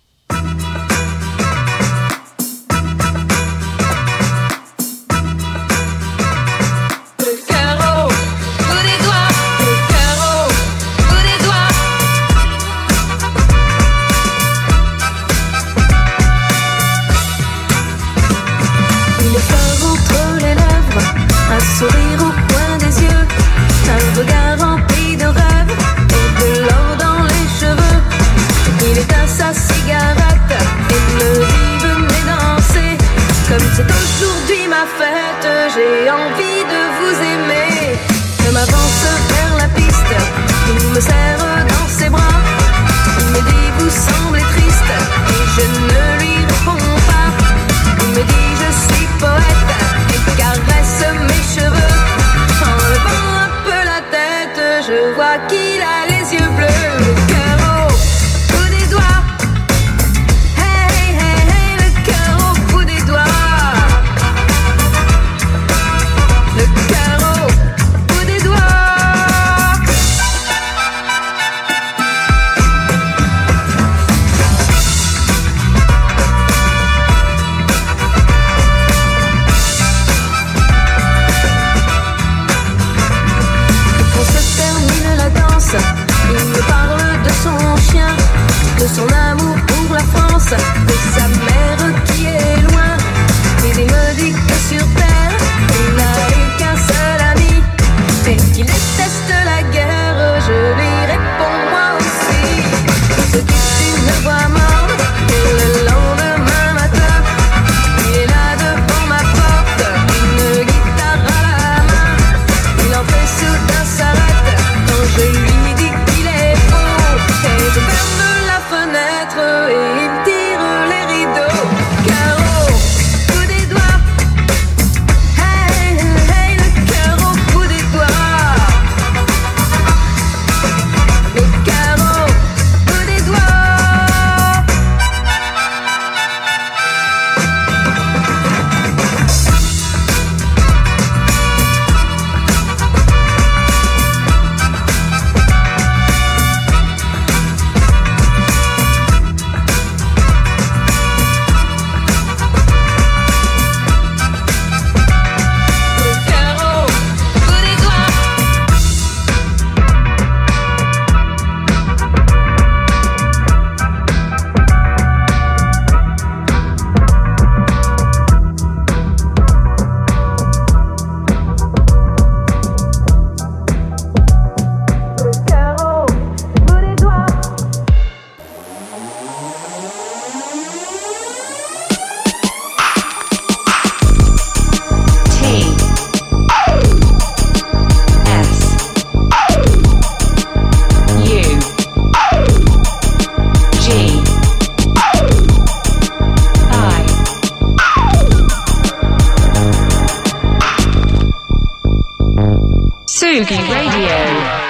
Sourire au coin des yeux, un regard rempli de rêves et de l'or dans les cheveux. Il éteint sa cigarette et me dit venez danser. Comme c'est aujourd'hui ma fête, j'ai envie de vous aimer. Je m'avance vers la piste, il me serre dans ses bras. Il me dit vous semblez triste et je ne lui réponds pas. Il me dit je suis poète et caresse mes cheveux. En levant un peu la tête, je vois qu'il a les yeux bleus. Le cœur au bout des doigts. Hey, hey, hey, le cœur au bout des doigts. Le cœur au bout des doigts. Il me parle de son chien, de son amour pour la France, de sa mère qui est loin. Mais il me dit que sur terre, il n'a eu qu'un seul ami, et qu'il déteste la guerre. Je lui réponds moi aussi. Il se quitte une voix morne, et le lendemain matin, il est là devant ma porte, une guitare à la main. Il en fait soudain s'arrête quand je lui dis qu'il est beau. Et je ferme la fenêtre et il tire les rideaux. Cœur au bout des doigts. Hey, hey, le cœur au bout des doigts. Le cœur au bout des doigts.
Tsugi Radio.